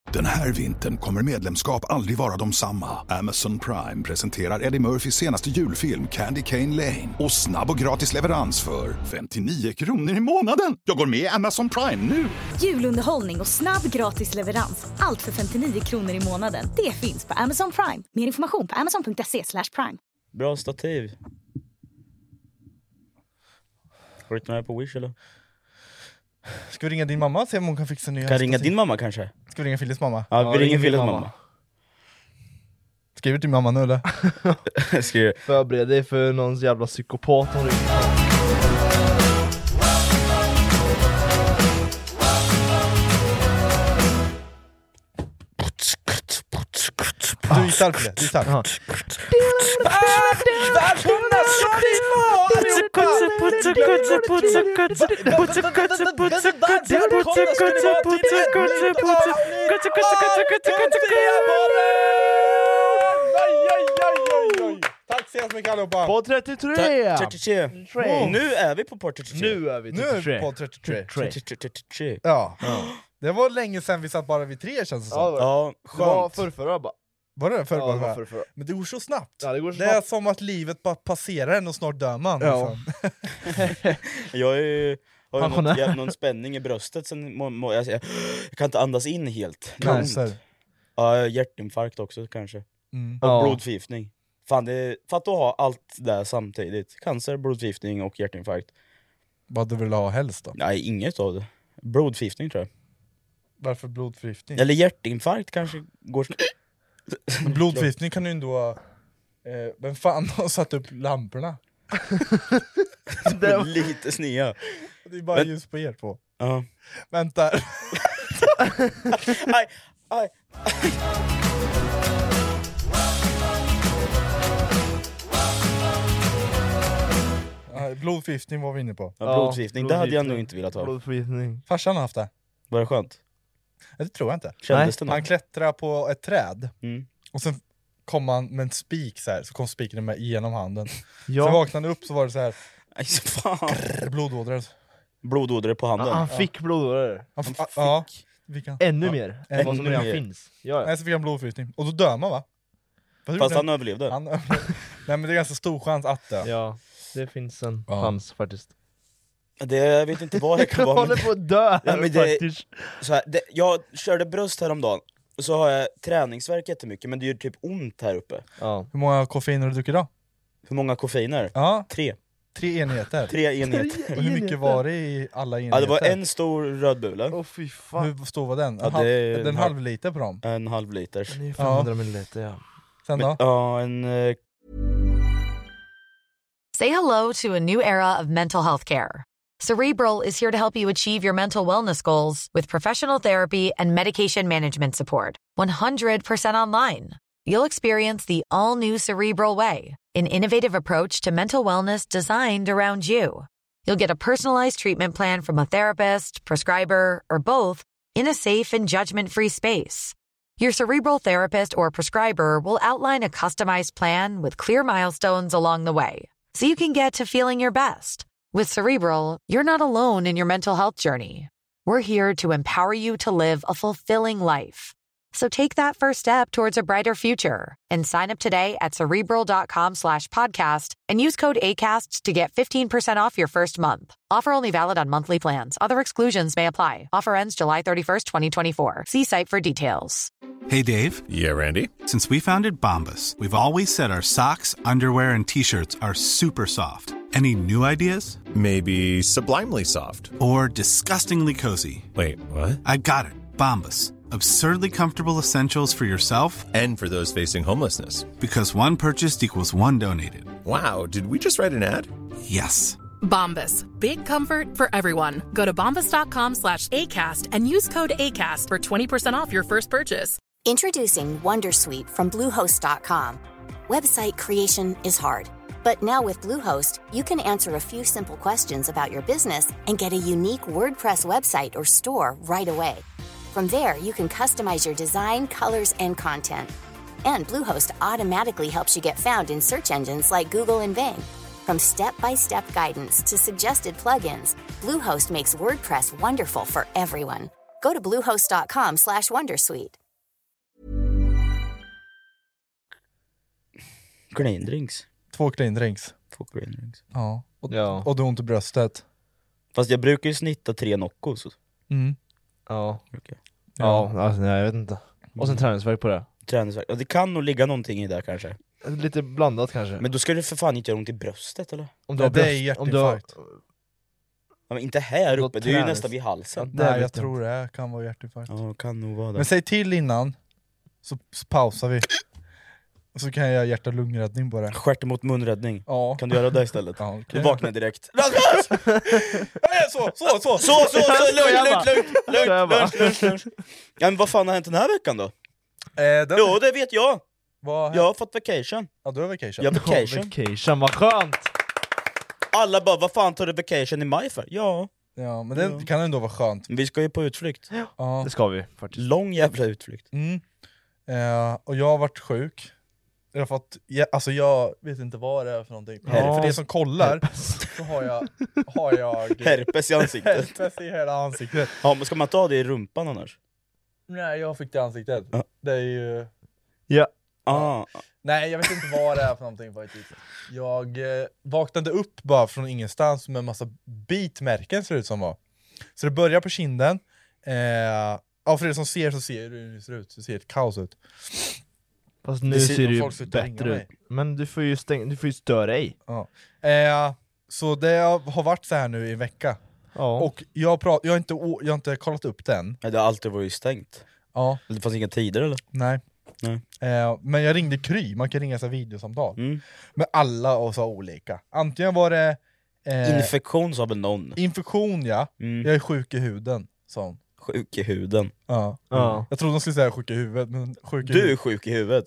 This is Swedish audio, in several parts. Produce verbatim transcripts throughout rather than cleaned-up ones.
Den här vintern kommer medlemskap aldrig vara de samma. Amazon Prime presenterar Eddie Murphys senaste julfilm Candy Cane Lane. Och snabb och gratis leverans för femtionio kronor i månaden. Jag går med i Amazon Prime nu. Julunderhållning och snabb gratis leverans. Allt för femtionio kronor i månaden. Det finns på Amazon Prime. Mer information på amazon punkt se slash prime. Bra stativ. Har du inte med på Wish eller? Ska vi ringa din mamma och se om hon kan fixa nya? Kan ringa din mamma kanske? Ska vi ringa Philips mamma? Ja, vi Ja, ringer ring Philips mamma. mamma. Skriver till mamma nu eller? Skriver. Förbered dig för någons jävla psykopat hon ringer. Du är stark för det, du är stark. Ja. Välkomna ska ni Tack så jättemycket allihopa. På trettiotre! trettiotre. Tre. Nu är vi på part trettiotre. Nu är vi Nu är vi trettiotre. på trettiotre. trettiotre, trettiotre. Ja. Det var länge sedan vi satt bara vid tre, känns det som. Ja, det var Ja, det var skönt. förrförra bara. Var det förr? Ja, bara, det var va? förrförra. Men det går så snabbt. Ja, det går så Det är snabbt. som att livet bara passerar en och snart dör man. Ja. Liksom. Jag är ju... Har ju Pensionär. någon, jag, någon spänning i bröstet sen, må, må, jag, jag, jag kan inte andas in helt. Det är ont. Cancer. Ja, hjärtinfarkt också kanske. Mm. Och Ja. blodförgiftning. Fan, det är, för att du har allt där samtidigt. Cancer, blodförgiftning och hjärtinfarkt. Vad du vill ha helst då? Nej, inget av det. Blodförgiftning tror jag. Varför blodförgiftning? Eller hjärtinfarkt kanske går snabbt. Men blodförgiftning kan du ändå... Eh, vem fan har satt upp lamporna? Det var- Lite snea. Det är bara Men- ljus på er på. Ja. Vänta. Aj, aj. Ja, blodförgiftning var vi inne på. Ja, blodförgiftning, det hade jag blodförgiftning. nog inte velat ha. Blodförgiftning. Farsan har haft det. Var det skönt? Ja, det tror jag inte. Kändes det Han något? klättrade på ett träd. Mm. Och sen kom han med en spik så här. Så kom spiken med igenom handen. Så Ja, vaknade han upp så var det så här Aj, så fan. blodådror. Blodådror på handen. han fick blodådror. Han Han f- fick. Ja, fick han. Ännu Ja. mer Ännu än vad som redan mer. finns. Ja, Nej, så fick han blodförgiftning. Och då dör man va? Vad Fast gjorde han överlevde. han? han Nej men det är ganska stor chans att dö. ja, det finns en Ja. chans faktiskt. Det, jag vet inte vad det kan Jag vara. håller Men, på att dö Ja, men det- faktiskt. så här, det, jag körde bröst häromdagen. Och så har jag träningsvärk jättemycket. Men det gör typ ont här uppe. Ja. Hur många koffeiner har du druckit idag? Hur många koffeiner? Ja, Tre. tre enheter. Tre enheter. Och hur mycket var det i alla enheter? Ja, det var en stor Red Bull. Åh fy fan. Hur stor var den? Ja, En halv, det är- det är en halv liter på dem. En halv liters. Det är femhundra milliliter, ja. Sen Men, då? ja, en... eh, Say hello to a new era of mental health care. Cerebral is here to help you achieve your mental wellness goals with professional therapy and medication management support. one hundred percent online. You'll experience the all-new Cerebral Way, an innovative approach to mental wellness designed around you. You'll get a personalized treatment plan from a therapist, prescriber, or both in a safe and judgment-free space. Your Cerebral therapist or prescriber will outline a customized plan with clear milestones along the way, so you can get to feeling your best. With Cerebral, you're not alone in your mental health journey. We're here to empower you to live a fulfilling life. So take that first step towards a brighter future and sign up today at Cerebral.com slash podcast and use code ACAST to get fifteen percent off your first month. Offer only valid on monthly plans. Other exclusions may apply. Offer ends July thirty-first, twenty twenty-four. See site for details. Hey, Dave. Yeah, Randy. Since we founded Bombas, we've always said our socks, underwear, and T-shirts are super soft. Any new ideas? Maybe sublimely soft. Or disgustingly cozy? Wait, what? I got it. Bombas. Absurdly comfortable essentials for yourself And for those facing homelessness. because one purchased equals one donated. Wow, did we just write an ad? Yes. Bombas. Big comfort for everyone. Go to bombas.com slash ACAST and use code ACAST for twenty percent off your first purchase. Introducing Wondersuite from Bluehost dot com. Website creation is hard, but now with Bluehost, you can answer a few simple questions about your business and get a unique WordPress website or store right away. From there, you can customize your design, colors, and content. And Bluehost automatically helps you get found in search engines like Google and Bing. From step-by-step guidance to suggested plugins, Bluehost makes WordPress wonderful for everyone. Go to bluehost.com slash wondersuite. Clean drinks. Två clean drinks. Två clean drinks. Ja. Och, Ja. och du har ont i bröstet. Fast jag brukar ju snitta tre Noccos. Mm. Ja. Okay. Ja, alltså, nej, jag vet inte. Och sen träningsvärk på det. Träningsvärk. Ja, det kan nog ligga någonting i det kanske. Lite blandat kanske. Men då ska det för fan inte göra ont i bröstet eller? Om du Ja, har det är bröst, om du har, hjärtinfarkt. Ja, men inte här Då uppe, det är ju tränas- nästan vid halsen. Ja, Nej, vet jag jag tror det kan vara hjärtinfarkt. Ja, kan nog vara det. Men säg till innan, så, så pausar vi. Och så kan jag göra hjärt-och-lungräddning på det. Stjärt mot munräddning. Ja. Kan du göra det istället? Ja, okay. Du vaknar direkt. så, så, så, Så, så, så, lugnt, lugnt, lugnt, lugnt, lugnt, lugnt, lugnt. Ja, men vad fan har hänt den här veckan då? Eh, den, Jo, det vet jag. vad, Jag har fått vacation. Ja, du har vacation. Jag har vacation. vacation, vad skönt! Alla bara, vad fan tar du vacation i maj för? Ja, Ja, men det Ja. kan ändå vara skönt. vi ska ju på utflykt. Ja. Det ska vi faktiskt. Lång jävla utflykt. Mm. Eh, och jag har varit sjuk. Jag har fått, ja, alltså jag vet inte vad det är för någonting. Ja. För det som kollar så har jag, har jag Herpes i ansiktet. herpes i hela ansiktet. Ja, men ska man ta det i rumpan annars? Nej, jag fick det i ansiktet. Ja. Det är ju... Ja. Ah. Nej, jag vet inte vad det är för någonting faktiskt. Jag eh, vaknade upp bara från ingenstans med en massa bitmärken ser det ut som var. Så det börjar på kinden. Eh, ja, för er som ser så ser det hur det ser ut. Det ser ett kaos ut. Fast nu Det ser- ser det ju folk slutar ringa bättre mig. ut. Men du får ju stänga, du får ju störa dig. Ja. Eh, så det har varit så här nu i en vecka. Ja. Och jag, prat, jag, har inte, å- jag har inte kollat upp den. Ja, det har alltid varit stängt. Ja, Det fanns inga tider eller? nej. Nej. Eh, men jag ringde Kry, man kan ringa så här videosamtal. Mm. Men alla och så olika. Antingen var det eh, Infektion sa väl någon? infektion, ja. Mm. Jag är sjuk i huden, sa hon. Sjuk i huden. Ja. Ja. Jag trodde de skulle säga sjuk i huvudet, men sjuk i Du är huvudet. sjuk i huvudet.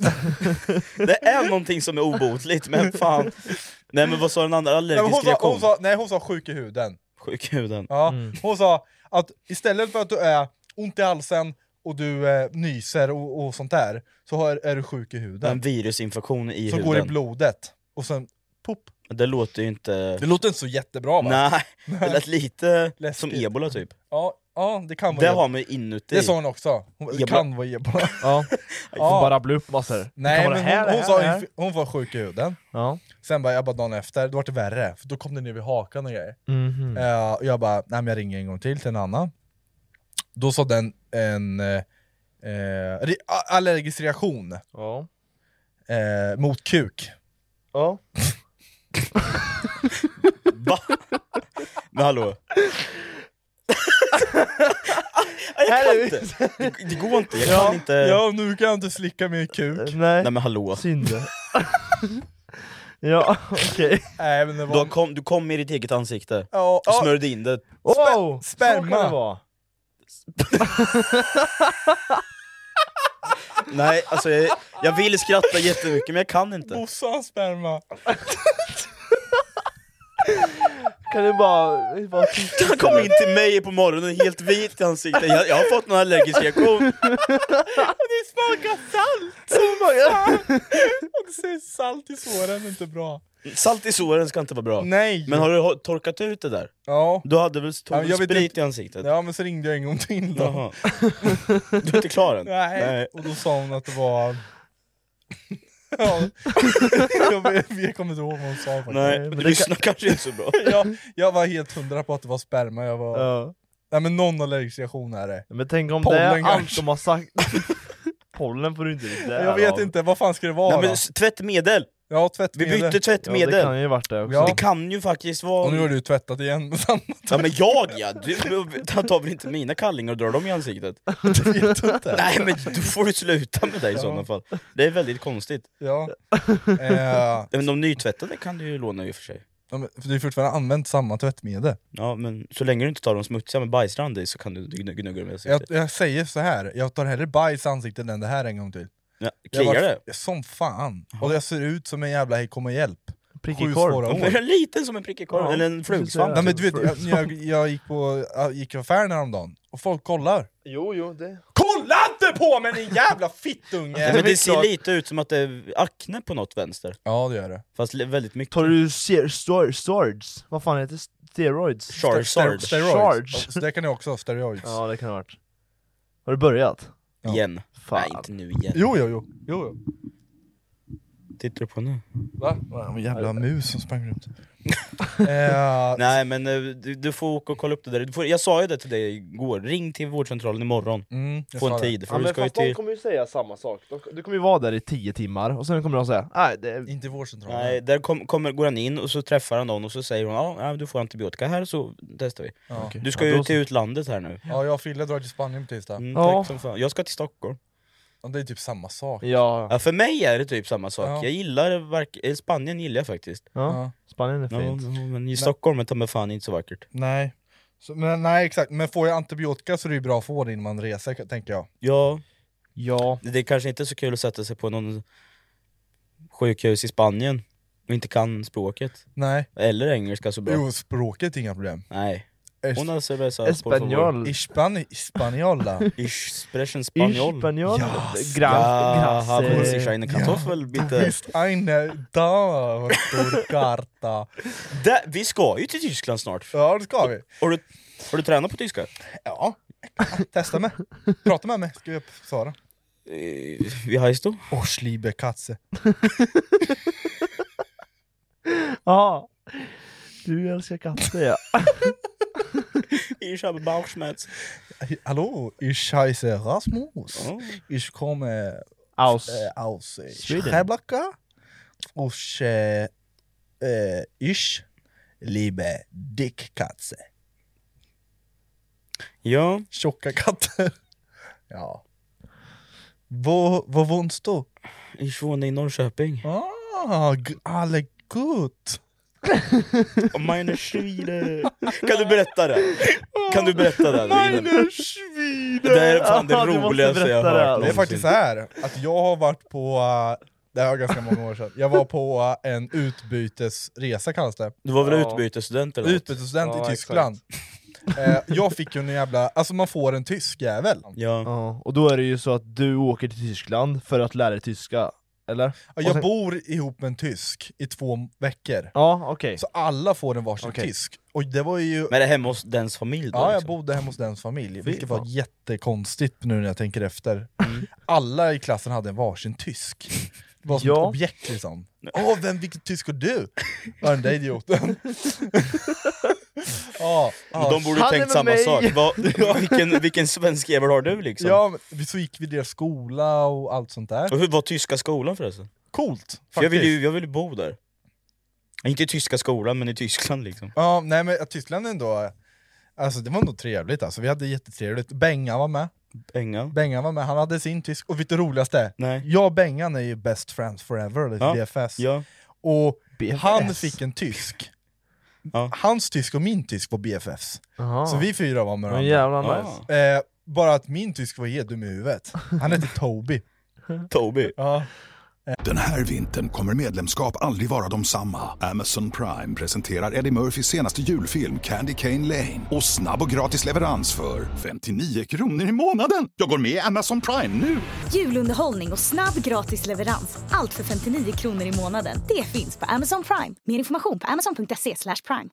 Det är någonting som är obotligt, men fan. Nej men vad sa den andra? Nej, men Allergisk hon, sa, reaktion? hon, sa, nej, hon sa sjuk i huden. Sjuk i huden. Ja. Mm. Hon sa att istället för att du är ont i halsen och du eh, nyser och, och sånt där, så har, är du sjuk i huden. En virusinfektion i Så huden. går i blodet. Och sen, pop. Det låter ju inte... Det låter inte så jättebra, va? Nej, det lät lite Läskigt. som ebola typ. Ja, ja, det kan vara Det ebola. har man ju inuti. Det sa hon också. Hon, det Ebola. kan vara ebola. Ja. Du får Ja. bara bli upp massor. Det Nej, kan vara men det här, hon, det hon, här, sa det här. inf- hon var sjuk i huden. Ja. Sen bara, jag bara dagen efter, då var det värre. För då kom det ner vid hakan och grejer. Mhm. Eh, och jag bara, nej men jag ringer en gång till till en annan. Då sa den en eh, eh, re- a- allergisk reaktion Ja. eh, mot kuk. Ja. Va? Men hallå? jag Här kan är vi. inte! Det, det går inte, jag Ja, kan inte... ja, nu kan jag inte slicka min kuk. Nej. Nej men hallå. Synd. Ja, okej. Nej, men det Du, var... har kom, du kom i ditt eget ansikte. Ja, Och ja, smörjde in det. Wow! sperma. Så kan det vara. Nej, alltså jag, jag vill skratta jättemycket men jag kan inte. Bossans sperma. Kan du bara... bara titta Han kom in till mig på morgonen helt vit i ansiktet. Jag, jag har fått någon allergisk reaktion. Det smakar salt! Och det säger salt i såren, inte bra. Salt i såren ska inte vara bra. Nej! Men har du ho- torkat ut det där? Ja. Du hade väl Ja, tog jag vet sprit inte. i ansiktet? Ja, men så ringde jag en gång till då. Jaha. Du är inte klar än? Nej. Och då sa hon att det var... ja. jag, vet, jag kommer inte ihåg vad hon sa faktiskt. Nej, men du lyssnar kanske inte så bra. jag, jag var helt hundra på att det var sperma. Jag var... Ja. Nej, men någon allergisk reaktion är det. Men tänk om Pollen det är allt kanske. de har sagt. Pollen får du inte riktigt Jag vet inte, vad fan ska det vara? Nej, men då? s- tvättmedel! Ja, Vi tvättmedel. bytte Ja, tvättmedel. det kan ju varit det också. Ja. Det kan ju faktiskt vara... Och nu har du tvättat igen med samma Ja men jag ja! Du du tar väl inte mina kallingar och drar dem i ansiktet? Det vet du inte. Nej men då får du sluta med det i sådana fall. Det är väldigt konstigt. Ja. Eh, Men de nytvättade kan du ju låna i och för sig. ja, men för du har fortfarande använt samma tvättmedel. Ja men så länge du inte tar de smutsiga med bajsrand i så kan du gnugga gnugga dem i Jag, ansiktet. jag säger så här, jag tar hellre bajs i ansiktet än det här en gång till. Ja, Jag kliar var- det? Som fan. Och jag ser ut som en jävla hej kom och hjälp. Prickig Sju korv. svåra Men år. är liten som en prickig korv, Ja, eller en flugsvamp. Nej, men du vet, jag, jag, jag gick på jag gick i affären häromdagen och folk kollar. Jo, jo, det... Kolla inte på mig din jävla fittunge! Ja, men det ser lite ut som att det är akne på något vänster. Ja, det gör det. Fast li- väldigt mycket. Tar du ser- stor- storage? Vad fan heter det? Steroids? Charizard. Steroids. Charge. Så det kan ju också ha steroids. Ja, det kan det ha varit. Har du börjat? Ja. Igen. Fan. Nej, inte nu igen. Jo, jo, jo. jo, jo. Tittar du på nu? Va? En jävla mus som sprang runt. eh, Nej men eh, du, du får åka och kolla upp det där. Du får, jag sa ju det till dig igår, ring till vårdcentralen imorgon. Mm, jag Få sa en det. tid, för Ja, du men ska ju fast de till... kommer ju säga samma sak. De- Du kommer ju vara där i tio timmar och sen kommer de säga nej, det är... Inte vårdcentralen. Nej, där kom, kommer, går han in och så träffar han någon och så säger hon ja, ja du får antibiotika här så testar vi. Ja. Du ska Ja, ju då till så. utlandet här nu. Ja, jag och Fille drar till Spanien på tisdag. Mm, Ja. tack som fan. Jag ska till Stockholm. Ja, det är typ samma sak. Ja, Ja, för mig är det typ samma sak. Ja. Jag gillar vark- eh, Spanien gillar jag faktiskt. ja. Ja. Spanien är Ja, fint. men i Stockholm är det fan inte så vackert. Nej. Så, men, nej, exakt. Men får jag antibiotika så är det ju bra att få det innan man reser, tänker jag. Ja, Ja, det är kanske inte så kul att sätta sig på någon sjukhus i Spanien och inte kan språket. Nej. Eller engelska så bra. Jo, språket är inga problem. Nej. Es- Una cerveza, Espanol. Hispan- Hispaniola. Expression Spanjol. Espanol. Ja, Gran, Ja, haben grasse. sich eine Kartoffel, bitte. Visst eine da, stor karta. Där, vi ska ju till Tyskland snart. Ja, det ska vi. Har du, har du tränat på tyska? Ja, testa mig. Prata med mig, skriv upp Sara. Eh, Wie heißt du? Och liebe Katze. Ja, du älskar katter ja. Ich habe Bauchschmerz. Hallo, ich heiße Rasmus. Oh. Ich komme Aus. äh, aus äh, Schweden. Skärblacka. Och äh, äh, ich liebe Dickkatze. Ja, Tjocka katter. Ja. Var, var wohnst du? ich wohne i Norrköping. Ah, g- alle gut. Och meine Schwede. Kan du berätta det? Kan du berätta det? Meine Schwede. Det är fan det Ja, du måste roligaste jag berätta det. har hört Det är faktiskt så här att jag har varit på, uh, det här var ganska många år sedan, jag var på uh, en utbytesresa kallas det. Du var väl Ja. utbytesstudent eller något? Utbytesstudent Ja, i Tyskland. Eh, jag fick ju en jävla, alltså man får en tysk jävel. Ja. Ja, och då är det ju så att du åker till Tyskland för att lära dig tyska, eller? Ja, jag bor ihop med en tysk i två veckor. Ja, okej. Så alla får en varsin Okej. tysk. Och det var ju... Men är det hemma hos dens familj då? Ja, jag liksom? bodde hemma hos dens familj, vilket fan. var jättekonstigt nu när jag tänker efter. Mm. Alla i klassen hade en varsin tysk. Det var som Ja. ett objekt liksom. Åh, vem, vilken tysk är du? Ja, den där idioten. Ja, Men ja. de borde ju Han är tänkt med samma mig. sak. Vad, vilken, vilken svensk jävel har du liksom? Ja, men så gick vi deras skola och allt sånt där. Och hur var tyska skolan förresten? Coolt, För jag faktiskt. vill ju jag vill ju bo där. Inte i tyska skolan, men i Tyskland liksom. Ja, nej men Tyskland ändå, alltså det var ändå trevligt alltså. Vi hade jättetrevligt. Bengan var med. Bengan? Bengan var med, han hade sin tysk. Och vet du det roligaste? Nej. Jag och Bengan är ju best friends forever, eller Ja. B F S. Ja. Och B F S. han fick en tysk. Ja. Hans tysk och min tysk var B F Fs. Aha. Så vi fyra var med Men varandra. jävla Ah. nice. Eh, bara att min tysk var helt dum i huvudet. Han hette Toby. Toby. Ja. Den här vintern kommer medlemskap aldrig vara de samma. Amazon Prime presenterar Eddie Murphys senaste julfilm Candy Cane Lane. Och snabb och gratis leverans för femtionio kronor i månaden. Jag går med i Amazon Prime nu! Julunderhållning och snabb gratis leverans. Allt för femtionio kronor i månaden. Det finns på Amazon Prime. Mer information på amazon punkt se slash prime.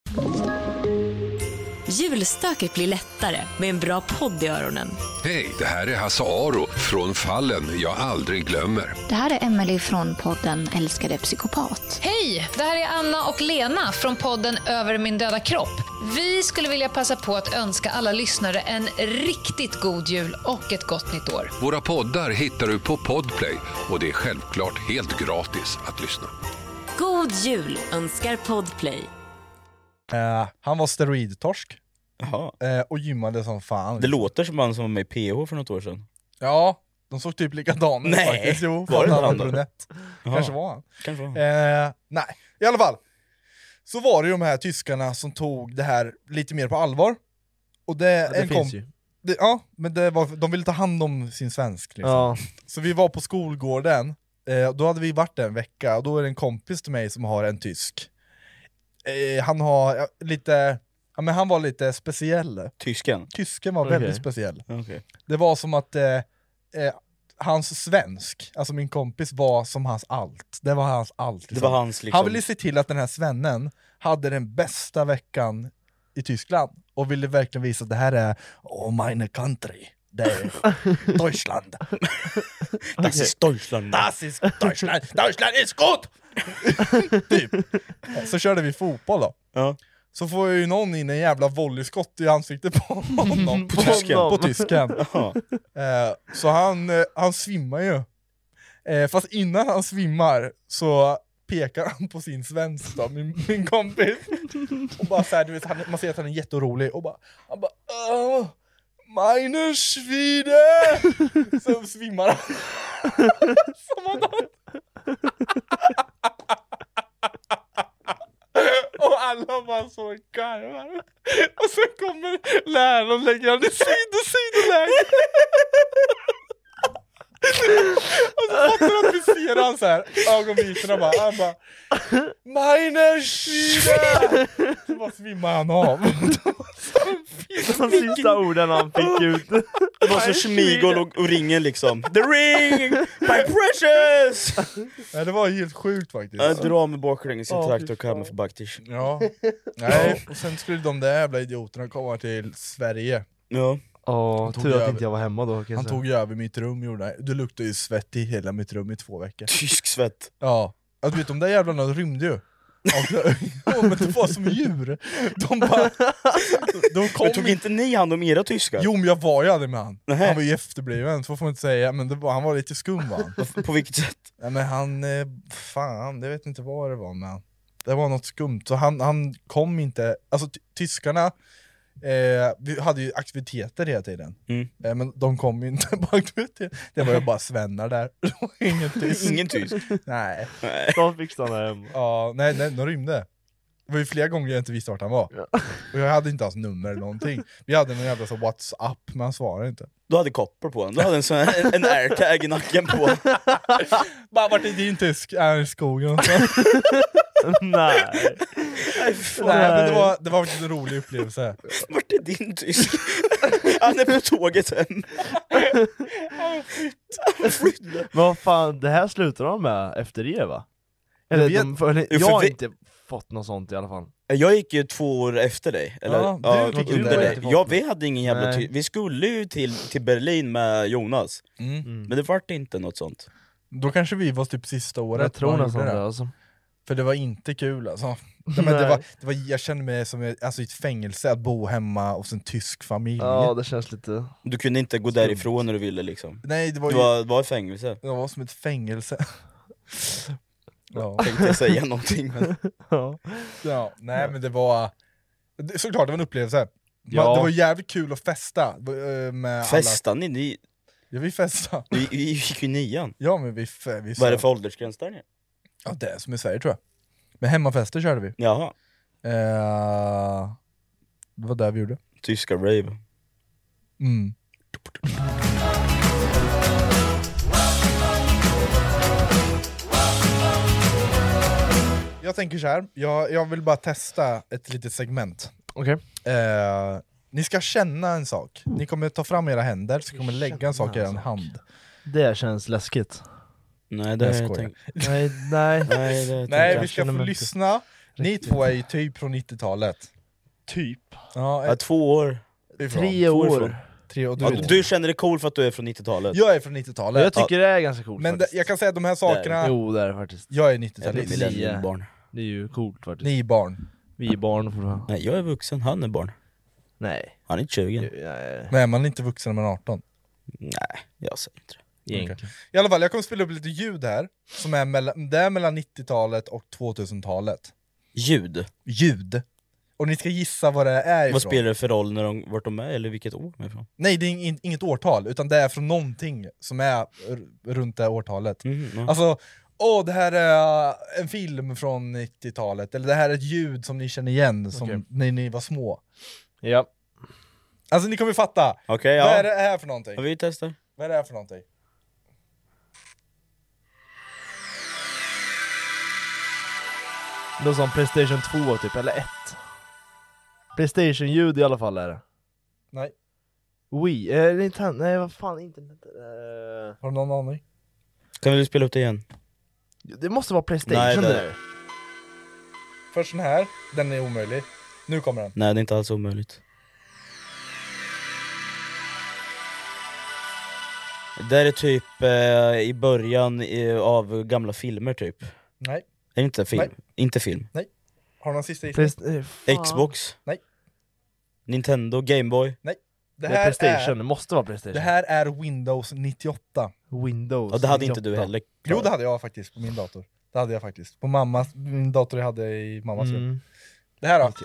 Julstöket blir lättare med en bra podd i öronen. Hej, det här är Hasse Aro från Fallen jag aldrig glömmer. Det här är Emily från podden Älskade psykopat. Hej, det här är Anna och Lena från podden Över min döda kropp. Vi skulle vilja passa på att önska alla lyssnare en riktigt god jul och ett gott nytt år. Våra poddar hittar du på Podplay och det är självklart helt gratis att lyssna. God jul önskar Podplay. Eh, han var steroidtorsk. Jaha. Eh, och gymmade som fan. Det låter som han som var med i P H för något år sedan. Ja, de såg typ likadana ut Nej, faktiskt. Jo, var det han han var då? brunett. Jaha. Kanske var han. Kanske var han. Eh, nej, i alla fall. Så var det ju de här tyskarna som tog det här lite mer på allvar. Och det, Ja, det en finns kom- ju. Det, ja, men det var, de ville ta hand om sin svensk liksom. Ja. Så vi var på skolgården, eh, då hade vi varit där en vecka, och då är det en kompis till mig som har en tysk. Eh, han har ja, lite, ja men han var lite speciell. Tysken? Tysken var Okej. väldigt speciell. Okej. Det var som att eh, eh, hans svensk, alltså min kompis, var som hans allt. Det var hans allt. Det var hans, liksom- Han ville se till att den här svennen hade den bästa veckan i Tyskland, och ville verkligen visa att det här är oh, meine country. det är Deutschland. Das ist Deutschland. Das ist Deutschland. Deutschland ist gut! Typ. Så körde vi fotboll då. Ja. Så får ju någon in en jävla volleyskott i ansiktet på honom. På tysken. På tysken. eh, så han, eh, han svimmar ju. Eh, fast innan han svimmar så pekar han på sin svensk då, min, min kompis. Och bara så här, du vet, han, man ser att han är jätterolig. Och bara, han bara, åh, meine Schwede! Så svimmar han. Som han och alla bara så garvar. Och så kommer läraren och lägger han i sido sidoläge. Och så fattar han att vi ser han så här ögonvitorna bara, han bara meine Schwede! Så bara svimmar han av. De sista orden han fick ut. Det var så Schmigol och, och ringen liksom. The ring! My precious! Nej, det var helt sjukt faktiskt. Jag drar med baklänges sin Ja, traktor och fy fan. kammar för backtish. Ja. Nej, och sen skulle de där jävla idioterna komma till Sverige. Ja. Åh, tog tur att över- inte jag var hemma då. kan jag Han säga. tog ju över mitt rum, gjorde han. Du luktar ju svett i hela mitt rum i två veckor. Tysk svett. Ja, alltså, vet, de där jävlarna rymde ju. Och, ja, men det var som djur. De bara... De kom Men tog inte ni hand om era tyskar? Jo, men jag var ju aldrig med han. Nähä. Han var ju efterbliven, så får man inte säga. Men det var, han var lite skum, va? På, på vilket sätt? Ja, men han... eh, Fan, jag vet inte vad det var med han. Det var något skumt. Så han, han kom inte... Alltså, ty- tyskarna... Eh, vi hade ju aktiviteter hela tiden. Mm. Eh, men de kom ju inte på aktiviteter. Det var ju bara svennar där. Ingen tysk. Ingen tysk? Nej. De fick stanna hem. Ja, nej, nej, de rymde. Det var ju flera gånger jag inte visste vart han var. Och jag hade inte hans nummer eller någonting. Vi hade en jävla så WhatsApp, men han svarade inte. Du hade koppar på honom, du hade en, sån här, en airtag i nacken på. Bara, vart är din tysk? Är i skogen. Nej. Nej, men det var, det var faktiskt en rolig upplevelse. Vart är din tysk? Han är på tåget hem. Men vad fan, det här slutar de med efter det, va? Eller, Jag vet- de, för, eller, Jo, jag för har vi- inte fått något sånt i alla fall. Jag gick ju två år efter dig, eller? Ja, du fick under inte- dig. inte fått Ja, något. vi hade ingen jävla Nej. ty- Vi skulle ju till, till Berlin med Jonas. Mm. Men det vart inte något sånt. Då kanske vi var typ sista året. Jag tror man nästan gjorde det alltså. För det var inte kul alltså. Nej, men det Nej. var, det var, jag kände mig som ett, alltså, i ett fängelse att bo hemma hos en tysk familj. Ja, det känns lite... Du kunde inte gå därifrån när du ville liksom. Nej, det var Det ju var, det var ett fängelse. det var som ett fängelse. Ja. Tänkte jag säga någonting men... Ja. Ja, nej men det var det- såklart det var en upplevelse. Man, Ja. Det var jävligt kul att festa eh, med Festar ni? ni? alla. Ja, vi festade. Vi, vi gick ju nian. Ja, men vi, fe- vi Vad är det för åldersgräns där nere? Ja, det är som i Sverige tror jag. Men hemmafester körde vi. Jaha, Eh, det var där vi gjorde. tyska rave. Mm. Jag tänker så här. Jag, jag vill bara testa ett litet segment. Okej. Eh, ni ska känna en sak. Ni kommer ta fram era händer, så kommer lägga en sak i er hand. Det känns läskigt. Nej, det Jag har jag skojar. tänkt. Nej, nej. Nej, det Nej, jag vi ska känner få mig inte lyssna. Ni två är ju typ från nittiotalet. Typ. Ja, Ja, två år. ifrån. Tre Två år. ifrån. Tre och du, Ja, är- du känner dig cool för att du är från nittiotalet? Jag är från nittiotalet. Jag tycker det är ganska coolt Men det, faktiskt. jag kan säga att de här sakerna... Jo, det är det faktiskt. Jag är Jag är nittiotalist. millenniumbarn. Det är ju coolt faktiskt. Ni är barn. Vi är barn fortfarande. Nej, jag är vuxen, han är barn. Nej. Han är inte tjugo. Nej. Nej, man är inte vuxen när man är arton. Nej, jag säger inte det. Egentligen. I alla fall, jag kommer spela upp lite ljud här. Som är mellan, det är mellan nittiotalet och tvåtusentalet. Ljud? Ljud. Och ni ska gissa vad det är ifrån. Vad spelar det för roll när de, vart de är, eller vilket år de är ifrån? Nej, det är ing- inget årtal, utan det är från någonting som är r- runt det årtalet. Mm, ja. Alltså, åh, det här är en film från nittiotalet, eller det här är ett ljud som ni känner igen som Okej. när ni var små. Ja. Alltså ni kommer fatta. Okej, Vad är ja. det här för någonting? Ja, vi testar. Vad är det här för någonting? Det låter som Playstation två typ, eller ett. Playstation-ljud i alla fall är det. Nej. Wii, eh, Nintendo, nej vad fan, internet. Eh. Har du någon aning? Kan vi spela upp det igen? Det måste vara Playstation Nej, det- det där. Först den här, den är omöjlig. Nu kommer den. Nej, det är inte alls omöjligt. Det är typ eh, i början i, av gamla filmer typ. Nej. Är det inte film? Nej. Inte film. Nej. Har du någon sista gissning? Play- Xbox? Nej. Nintendo? Gameboy? Nej. Det, det är Playstation, är, det måste vara Playstation. Det här är Windows nittioåtta. Windows Ja, det hade nittioåtta. inte du heller. Jo, det hade jag faktiskt på min dator. Det hade jag faktiskt. På mammas, min dator jag hade i mammas Mm. jobb. Det här då?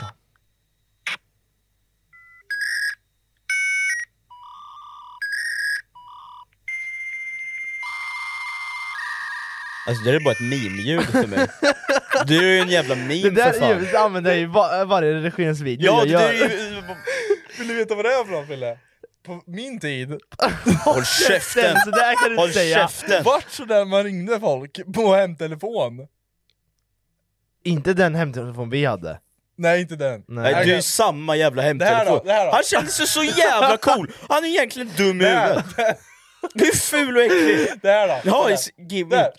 Alltså det är bara ett meme-ljud för mig. Du är ju en jävla meme Det där för fan. ljudet använder jag i var, varje redigeringens video Ja, jag det gör. är ju... Vill du veta vad det är för något, Fille? På min tid... Håll käften! Så där kan du Håll inte säga. käften! Vart så där man ringde folk på hemtelefon? Inte den hemtelefon vi hade. Nej, inte den. Nej. Nej, du är ju samma jävla hemtelefon. Det här då, det här då. Han känner sig så jävla cool! Han är egentligen dum i Det här, huvudet. det här. Du är ful och äcklig! Det här då? Ja, Det här. is- give Där. me...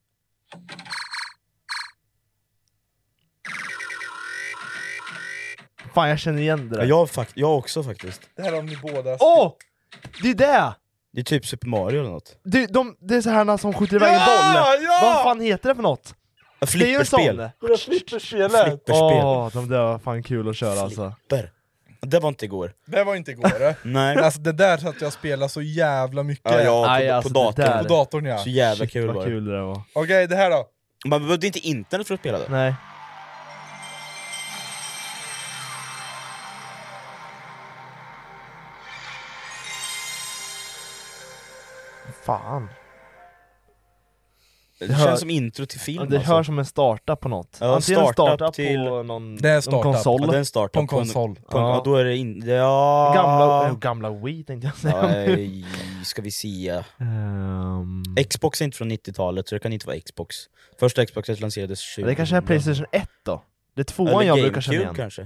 Fan, jag känner igen det Ja, där. jag, fakt- jag också faktiskt. Det här har ni båda... Åh! Oh! Det är det! Det är typ Super Mario eller något. Det, de, det är så här som skjuter iväg en Ja, boll. ja! Vad fan heter det för något? Ja, Det är ju en sån. flipperspel. Det där flipperspelet! Flipperspel. Åh, de där var fan kul att köra alltså. Flipper. Det var inte igår. Det var inte igår. Nej. Alltså det där satt jag och spelade så jävla mycket. Ja, ja, på, Aj, på alltså, datorn. det där. På datorn ja. Så jävla Shit, kul vad var det. kul det där var. Okej, det här då? Man behövde inte internet för att spela det. Nej. Fan. Det, Det känns hör- som intro till film Ja, det alltså. hörs som en startup på något. Ja, Antingen en startup startup till- på någon, Det är en någon startup. konsol. Ja, det är en startup På en konsol. På en, Ja. ja. Då är det in, ja. Gamla, äh, gamla Wii tänkte jag säga. Nej, ska vi se. Ehm, Xbox är inte från nittiotalet så det kan inte vara Xbox. Första Xboxet lanserades tjugo. det kanske är Playstation ett då? Det är tvåan Eller jag brukar känna GameCube igen. kanske.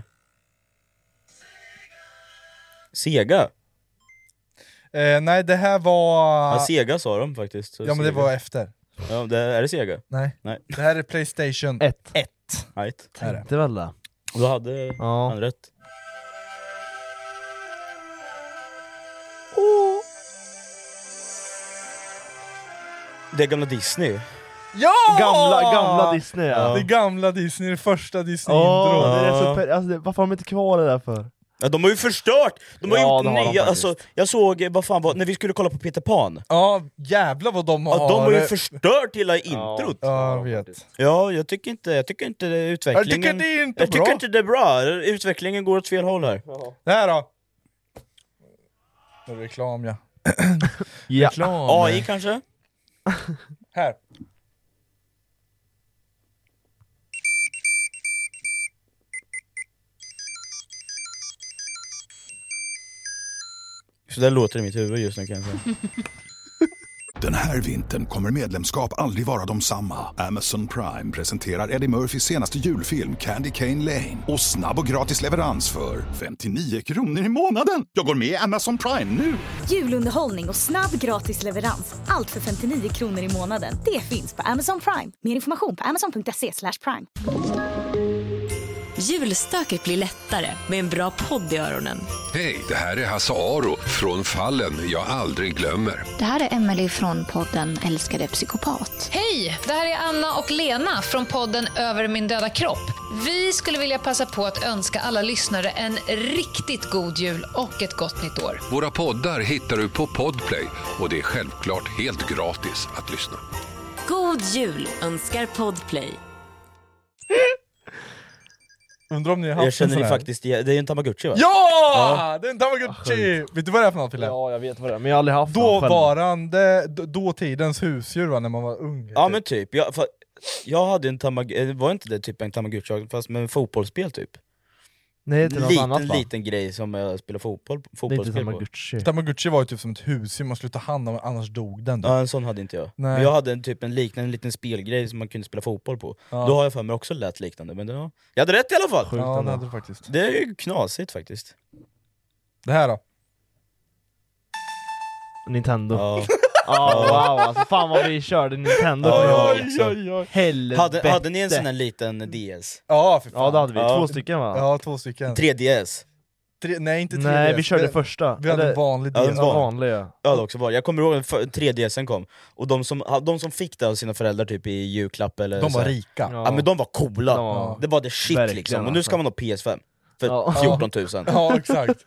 Sega. Eh, nej, det här var... Ja, Sega sa de faktiskt. Så Ja, men det Sega. var efter. Ja, det, är det Sega? Nej. Nej. Det här är Playstation Ett. ett. Right. Här är det. Tänkte väl det. Och då hade Ja. han rätt. Det är gamla Disney. Ja! Gamla, gamla Disney ja. Det gamla Disney, det första Åh, Disney-intro. det är så per- alltså, det, varför har de inte kvar det där för? Ja, de har ju förstört! De har Ja, gjort det har de nya, faktiskt. alltså, jag såg, vad fan var, när vi skulle kolla på Peter Pan. Ja, jävlar vad de har... Ja, de har ju förstört hela introt. Ja, jag vet. Ja, jag tycker inte, jag tycker inte det, utvecklingen... Jag tycker det är inte jag bra. tycker inte det är bra, utvecklingen går åt fel håll här. Det här då? Nu är det reklam ja. Ja. Reklam. A I kanske? Här. Så där låter det i mitt huvud just nu kanske. Den här vintern kommer medlemskap aldrig vara de samma. Amazon Prime presenterar Eddie Murphys senaste julfilm Candy Cane Lane. Och snabb och gratis leverans för femtionio kronor i månaden. Jag går med i Amazon Prime nu! Julunderhållning och snabb gratis leverans. Allt för femtionio kronor i månaden. Det finns på Amazon Prime. Mer information på amazon punkt se slash prime. Julstöket blir lättare med en bra podd i öronen. Hej, det här är Hasse Aro från Fallen jag aldrig glömmer. Det här är Emily från podden Älskade psykopat. Hej, det här är Anna och Lena från podden Över min döda kropp. Vi skulle vilja passa på att önska alla lyssnare en riktigt god jul och ett gott nytt år. Våra poddar hittar du på Podplay och det är självklart helt gratis att lyssna. God jul önskar Podplay. Undrar om ni har haft Jag känner en ju sån här. faktiskt, det är ju en Tamagotchi va? Ja! Ja. Det är en Tamagotchi! Vet du vad det är för något Fille? Ja, jag vet vad det är, men jag har aldrig haft Då någon själv. varande, d- dåtidens husdjur va, när man var ung. Ja men typ, jag, för, jag hade en Tamagotchi, var inte det typ en Tamagotchi fast med en fotbollsspel typ? Nej, det är något liten, annat va? liten grej som jag spelar fotboll, Det är inte fotbollsspel på. Tamagotchi. Tamagotchi var ju typ som ett husdjur, man skulle ta hand om, annars dog den. Typ. Ja en sån hade inte jag. Nej. Men jag hade en, typ en liknande en liten spelgrej som man kunde spela fotboll på. Ja. Då har jag för mig också lätt liknande, men det var... jag hade rätt i alla fall! Sjukt Ja, det ändå. hade du faktiskt. Det är ju knasigt faktiskt. Det här då? Nintendo. Ja, Ja. wow, alltså fan vad vi körde Nintendo. Ja, ja, Oj, också. oj, oj. Helvete. Hade, hade ni en sån här liten D S? Ja, för fan. Ja, det hade vi. Ja. Två stycken va? Ja, två stycken. tre D S? Tre, nej, inte tre Nej, D S. vi körde vi, första. Vi hade Eller, en vanlig ja, D S. den var- vanliga. Jag hade också varit. Jag kommer ihåg när tre D S:en kom, och de som, de som fick det av sina föräldrar typ i julklapp eller De så var här. rika. Ja, men de var coola. Ja. Det var det shit Verkligen, liksom. Och nu ska man ha P S fem för Ja. fjorton tusen. Ja, exakt.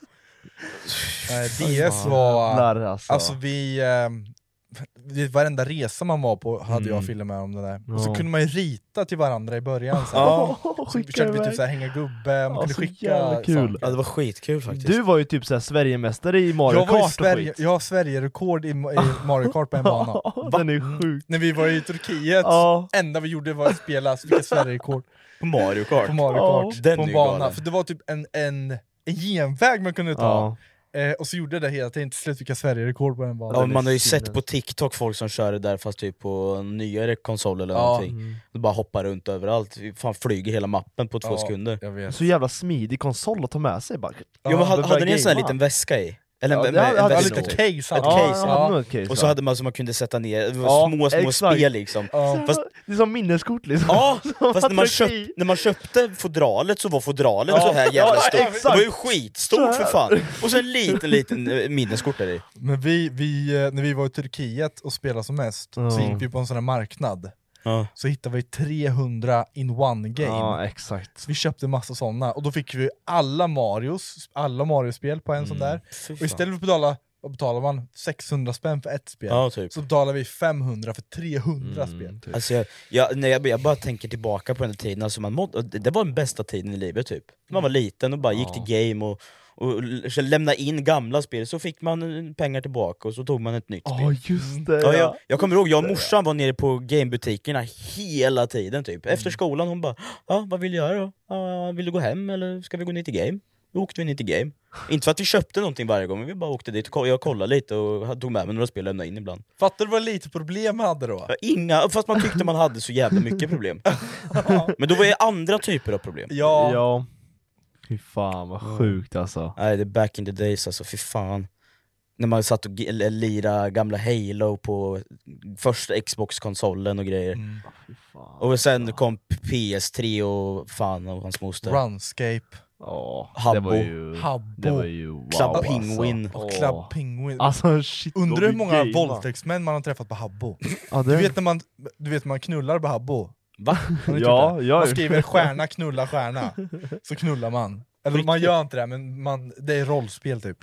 Nej, D S var... Jävlar, alltså. Alltså vi... Eh, varenda resa man var på hade Mm. jag filmat med om det där. Och så Ja. kunde man ju rita till varandra i början. Så, Ja. så vi försökte vi typ så här, hänga gubbe, man kunde så skicka jävla kul. saker. Ja, det var skitkul faktiskt. Du var ju typ såhär Sverigemästare i Mario Jag var ju Kart Sverige, och skit. jag har Sverige-rekord i, i Mario Kart på en bana. Den är sjuk. När vi var i Turkiet, Ja. enda vi gjorde var att spela vilket Sverige-rekord På Mario Kart. på Mario Ja. Kart, Den på är en ju bana. galen. För det var typ en, en, en genväg man kunde ta. Ja. Eh, och så gjorde jag det hela tiden, till slut fick jag Sverige-rekord på en bana. Ja, man har ju sinnes. sett på TikTok folk som kör det där fast typ på en nyare konsol eller Ja. någonting. Mm. De bara hoppar runt överallt, fan flyger hela mappen på två Ja, sekunder. jag vet. Så jävla smidig konsol att ta med sig bara. Ja, men hade, det hade var ni en sån här gamea. liten väska i? Eller en, Ja, en, det hade- en hade väska lite typ. case. Ett Ja, case, jag hade ja. nog ett case, Och så ja. hade man som man kunde sätta ner, det var Ja, små små exakt. spel liksom. Ja. Fast, Det är som minneskort liksom. ja, fast när man, trycker köpt, i. när man köpte fodralet så var fodralet Ja, så här jävla ja, stort. exakt. Det var ju skitstort Så för här. fan. Och så en liten liten eh, minneskort där i. Men vi, vi, eh, när vi var i Turkiet och spelade som mest, så Ja. gick vi på en sån här marknad. Ja. Så hittade vi trehundra in one game. Ja, exakt. Så vi köpte massa sådana, och då fick vi alla Marios, alla Mario-spel på en sån där. Fy Och fan. istället för att betala, vad betalar man? sexhundra spänn för ett spel. Ja, typ. Så betalar vi femhundra för trehundra spel. typ. Alltså jag, jag, när jag, jag bara tänker tillbaka på den här tiden, alltså man mådde, det, det var den bästa tiden i livet typ. Man var liten och bara gick Ja. till game och, och lämna in gamla spel, så fick man pengar tillbaka och så tog man ett nytt Ja, spel. just det. Ja, jag, jag kommer ihåg, jag och morsan var nere på gamebutikerna hela tiden typ. Mm. Efter skolan, hon bara ja, vad vill du göra då? Ja, vill du gå hem eller ska vi gå ner till game? Då åkte vi ner till game. Inte för att vi köpte någonting varje gång, men vi bara åkte dit och jag kollade lite och tog med mig några spel och lämnade in ibland. Fattar du vad lite problem man hade då? Ja, inga, fast man tyckte man hade så jävla mycket problem. Men då var det andra typer av problem. Ja, Ja. Fy fan vad sjukt alltså. Nej, det är back in the days alltså, fy fan. När man satt och g- eller lira gamla Halo på första Xbox-konsolen och grejer. Mm. Fy fan. Och sen kom P S tre och fan och hans moster. Runscape, Ja, det Habbo. var ju... Habbo, Det var ju wow, Club Penguin. Alltså. och Åh. Club Penguin. Alltså shit. Undrar vad hur vi många gamea. våldtäktsmän man har träffat på Habbo. Ja, Du det... vet när man, du vet man knullar på Habbo? Va? Har ni Ja, gjort det? ja. Man skriver stjärna, knulla, stjärna. Så knullar man. Eller man gör inte det, men man, det är rollspel typ.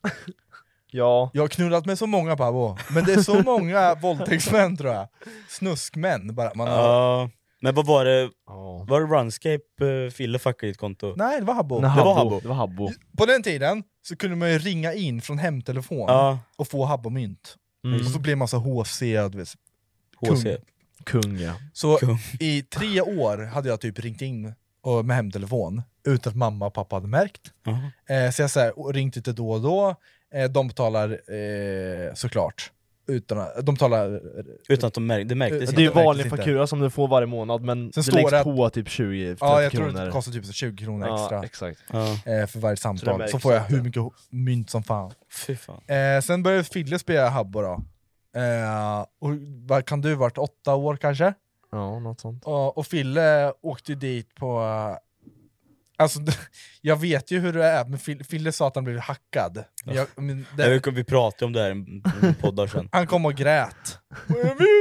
Ja. Jag har knullat med så många på Habbo, men det är så många våldtäktsmän tror jag. Snuskmän bara. Man har... Ja, men vad var det? Ja. Var det Runscape uh, Fille fuckade ditt konto? Nej, det var Habbo. Nej, Det var Habbo. Habbo. Det var Habbo. På den tiden så kunde man ju ringa in från hemtelefon Ja, och få Habbo-mynt. Mm. Och så blev man så H C, du vet. H C. Kung ja. Så Kung. i tre år hade jag typ ringt in och, med hemtelefon utan att mamma och pappa hade märkt. Jaha. Eh, så jag så här, ringt lite då och då. Eh, de betalar eh, såklart. Utan att, de betalar... Utan att de märk, det märktes Det är inte. ju märktes vanlig inte. faktura som du får varje månad, men Sen det står läggs det att- på typ tjugo till trettio Ja, jag tror kronor. det kostar typ tjugo kronor extra. Ja, exakt. Ja, eh, för varje Så det samtal. Så, märks får jag inte. hur mycket mynt som fan. fy fan. Eh, sen började Fille spela Habbo då. Eh, och vad kan du varit? Åtta år kanske? Ja, något sånt. Och, och Fille åkte ju dit på... eh, Alltså, jag vet ju hur det är, men Fille, Fille sa att han blev hackad. Men jag, men det, Jag vet, vi pratade om det här i en poddar sen. han kom och grät. Jag vill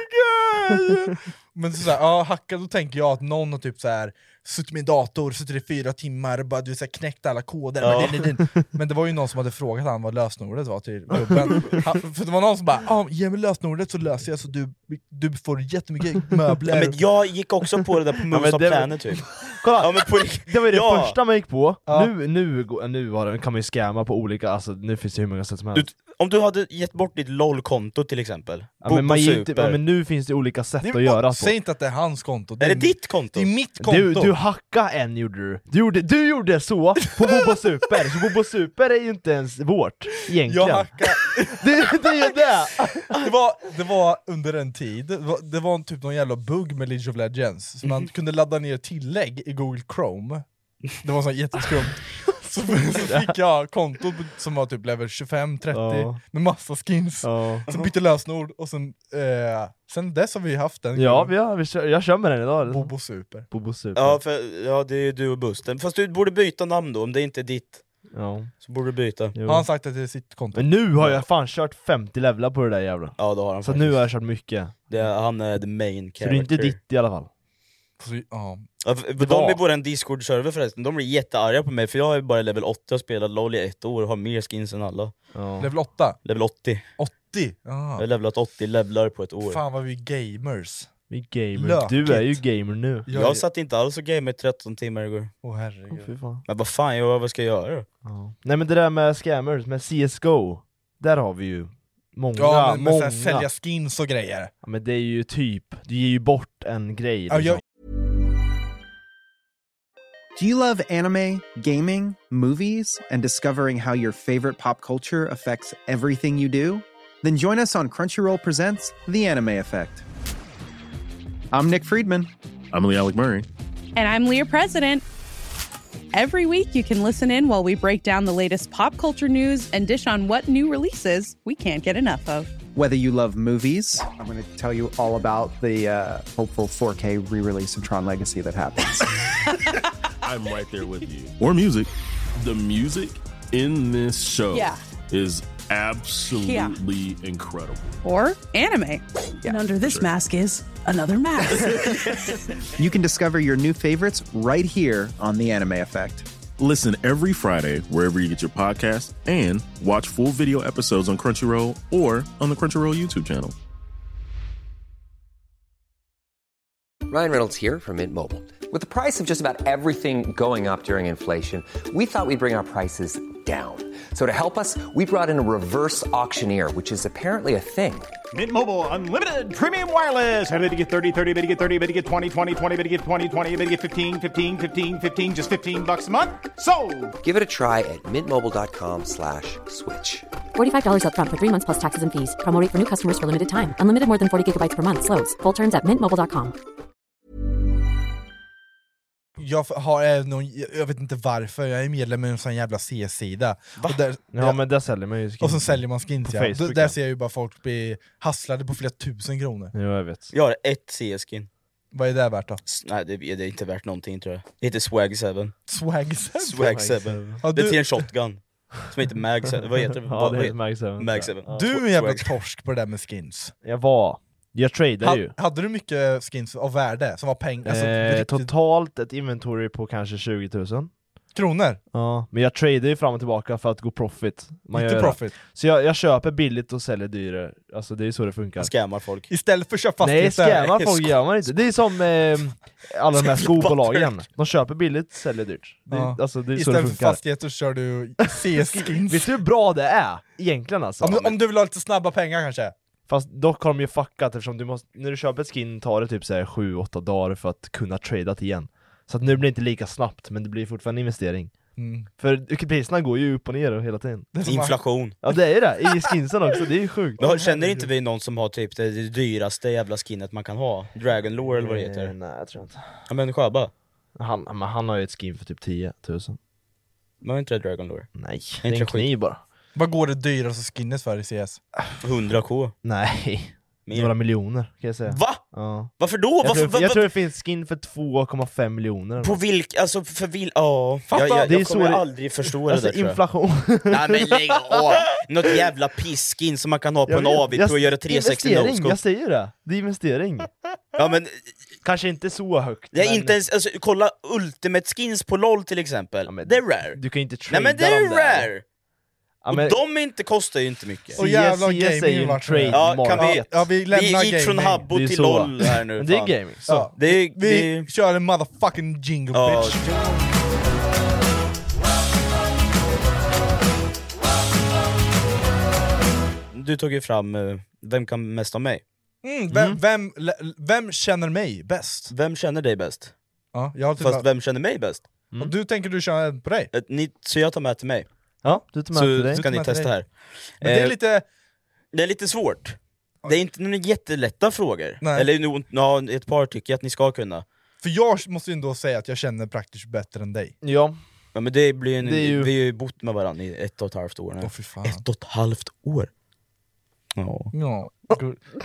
hacka! Men så såhär, ja, hackad, då tänker jag att någon har typ så här suttit med en dator, suttit i fyra timmar och bara du vet, så här, knäckt alla koder. Ja. Men, men det var ju någon som hade frågat han vad lösenordet var till gubben. Han, för det var någon som bara, ah, ge mig lösenordet så löser jag så du, du får jättemycket möbler. Ja, men jag gick också på det där på Moves men of det- Planet typ. Kolla! Ja, men på, Det var ju det ja. första man gick på. Ja. Nu, nu, går- nu har det- kan man ju scamma på olika, alltså nu finns det hur många sätt som Du, helst. om du hade gett bort ditt LOL-konto till exempel, Ja, men, man Bobo ger inte, Super. ja, men nu finns det olika sätt Det är att bara- göra på. Säg inte att det är hans konto. Är det ditt konto? Det är mitt konto. Du, du hackade en gjorde du. Du gjorde, du gjorde så på Bobo Super, så Bobo Super är ju inte ens vårt egentligen. Jag hackade. det, det är ju det! Det var, det var under en tid, det var, det var typ någon jävla bugg med League of Legends, så man kunde ladda ner tillägg i Google Chrome. Det var så jätteskumt. Så, så fick jag kontot som var typ level tjugofem trettio Ja. med massa skins. Ja, Så bytte lösenord och sen, eh, sen dess har vi haft den. ja vi har, vi kör, jag kör med den idag. Bobo Super. Bobo Super. Ja, för, ja, det är ju du och Busten. Fast du borde byta namn då, om det inte är ditt. Ja. Så borde du byta. Jo. Har han sagt att det är sitt konto? Men nu har jag fan kört femtio levlar på det där jävla. Ja, då har han Så faktiskt. nu har jag kört mycket. Det är, han är the main character. Så det är inte ditt i alla fall. Så, ja. Ja, för, för de är på en Discord-server förresten, de blir jättearga på mig för jag är bara level åttio och spelat LoL i ett år och har mer skins än alla. Ja. Level åtta? Level åttio. åttio? Jag Ah. har levlat åttio levlar på ett år. Fan vad vi är gamers. Vi är gamer. Lökigt. Du är ju gamer nu. Jag, jag satt inte alls och gamade tretton timmar igår. Åh oh, herregud. Oh, fy fan. Men vad fan, jag, vad ska jag göra? Ja. Nej men det där med scammers, med C S G O, där har vi ju många, ja, men, många. Men sälja skins och grejer. Ja, men det är ju typ, du ger ju bort en grej liksom. Ja, jag... Do you love anime, gaming, movies, and discovering how your favorite pop culture affects everything you do? Then join us on Crunchyroll Presents The Anime Effect. I'm Nick Friedman. I'm Lee Alec Murray. And I'm Leah President. Every week you can listen in while we break down the latest pop culture news and dish on what new releases we can't get enough of. Whether you love movies, I'm going to tell you all about the uh, hopeful four K re-release of Tron Legacy that happens. I'm right there with you. Or music. The music in this show yeah. is absolutely yeah. incredible. Or anime. Yeah, and under this sure. mask is another mask. You can discover your new favorites right here on The Anime Effect. Listen every Friday wherever you get your podcast and watch full video episodes on Crunchyroll or on the Crunchyroll YouTube channel. Ryan Reynolds here from Mint Mobile. With the price of just about everything going up during inflation, we thought we'd bring our prices down. So to help us, we brought in a reverse auctioneer, which is apparently a thing. Mint Mobile Unlimited Premium Wireless. How to get thirty, thirty, how to get thirty, how to get twenty, twenty, twenty, how to get twenty, twenty, how to get fifteen, fifteen, fifteen, fifteen, just fifteen bucks a month? Sold! Give it a try at mintmobile.com slash switch. forty-five dollars up front for three months plus taxes and fees. Promo rate for new customers for limited time. Unlimited more than forty gigabytes per month. Slows full terms at mint mobile dot com. Jag har någon, jag vet inte varför, jag är medlem i en sån jävla C S-sida. Och där, ja där, men där säljer man ju skins. Och så säljer man skins, ja. Facebook, där ser jag ju bara folk bli hasslade på flera tusen kronor. Jo, jag vet. Jag har ett C S-skin. Vad är det värt då? Nej, det, det är inte värt någonting tror jag. Det heter Swag sju. Swag sju? Swag sju. Ja, det är till en shotgun. Som heter Mag sju. Vad heter det? Ja, det heter Mag sju. Mag sju. Ja. Du är en jävla torsk på det där med skins. Jag var... Jag tradade ha, ju. Hade du mycket skins av värde som var pengar? Alltså, eh, riktigt... Totalt ett inventory på kanske tjugo tusen kronor? Ja, men jag tradade ju fram och tillbaka för att gå profit. Man Inte gör profit? Så jag, jag köper billigt och säljer dyrare. Alltså det är så det funkar. Scammar folk. Istället för att köpa fastigheter. Nej, scammar folk gör man inte. Det är som eh, alla de här skobolagen. De köper billigt, säljer dyrt. Det, ja. alltså, det är Istället så det funkar. för fastigheter kör du C S-skins. Vet du hur bra det är? Egentligen alltså. Om, om du vill ha lite snabba pengar kanske? Fast dock har de ju fuckat eftersom du måste, när du köper ett skin tar det typ sju åtta dagar för att kunna trada det igen. Så att nu blir det inte lika snabbt, men det blir fortfarande en investering. Mm. För priserna går ju upp och ner hela tiden. Inflation. Ja det är det, i skinsen också, det är ju sjukt. Men känner inte vi någon som har typ det dyraste jävla skinnet man kan ha? Dragon Lore eller vad det heter? Nej, jag tror inte. Ja men Sjöba. Han, men han har ju ett skin för typ tio tusen. Men var inte det Dragon Lore? Nej, det är en kniv bara. Vad går det dyraste skinnet för i C S? hundra k. Nej, Mer. några miljoner kan jag säga. Va? Ja. Varför då? Jag, Varför, tror, va, jag va? tror det finns skin för två komma fem miljoner. På vilk, alltså för vil, ja. Fattar, jag, jag, det är jag kommer så det, aldrig förstå alltså det där, inflation. Nej men lägg av! Något jävla pisskin som man kan ha på jag en vet, A V P och göra tre sextio investering, no-scope. jag säger det. Det är investering. Ja men kanske inte så högt. Det är men... inte ens, alltså, kolla Ultimate Skins på LOL till exempel. Ja, men, det är rare. Du kan inte trada. Nej men det är rare. Ja, och men... de inte kostar ju inte mycket. Och jävla gaming är ju trade. Ja, kan vi, ja, vi lämnar vi gick från Habbo till LOL här nu. Men det är gaming. Så. Ja, det är, vi det... kör en motherfucking jingle ja, bitch. Du tog ju fram, uh, vem kan mest om mig? Mm, vem, mm. Vem, vem känner mig bäst? Vem känner dig bäst? Ja, jag har Fast bara... vem känner mig bäst? Mm. Och du tänker du känner på dig? Ett, ni, så jag tar med till mig. Ja, du tar med så till dig. Så ska ni testa här. Men det är lite... Det är lite svårt. Det är inte några jättelätta frågor. Nej. Eller no, no, ett par tycker jag att ni ska kunna. För jag måste ju ändå säga att jag känner praktiskt bättre än dig. Ja. Ja men det blir en, det är ju... vi har ju bott med varandra i ett och ett halvt år nu. Åh, fy fan. Ett och ett halvt år? Ja. Ja.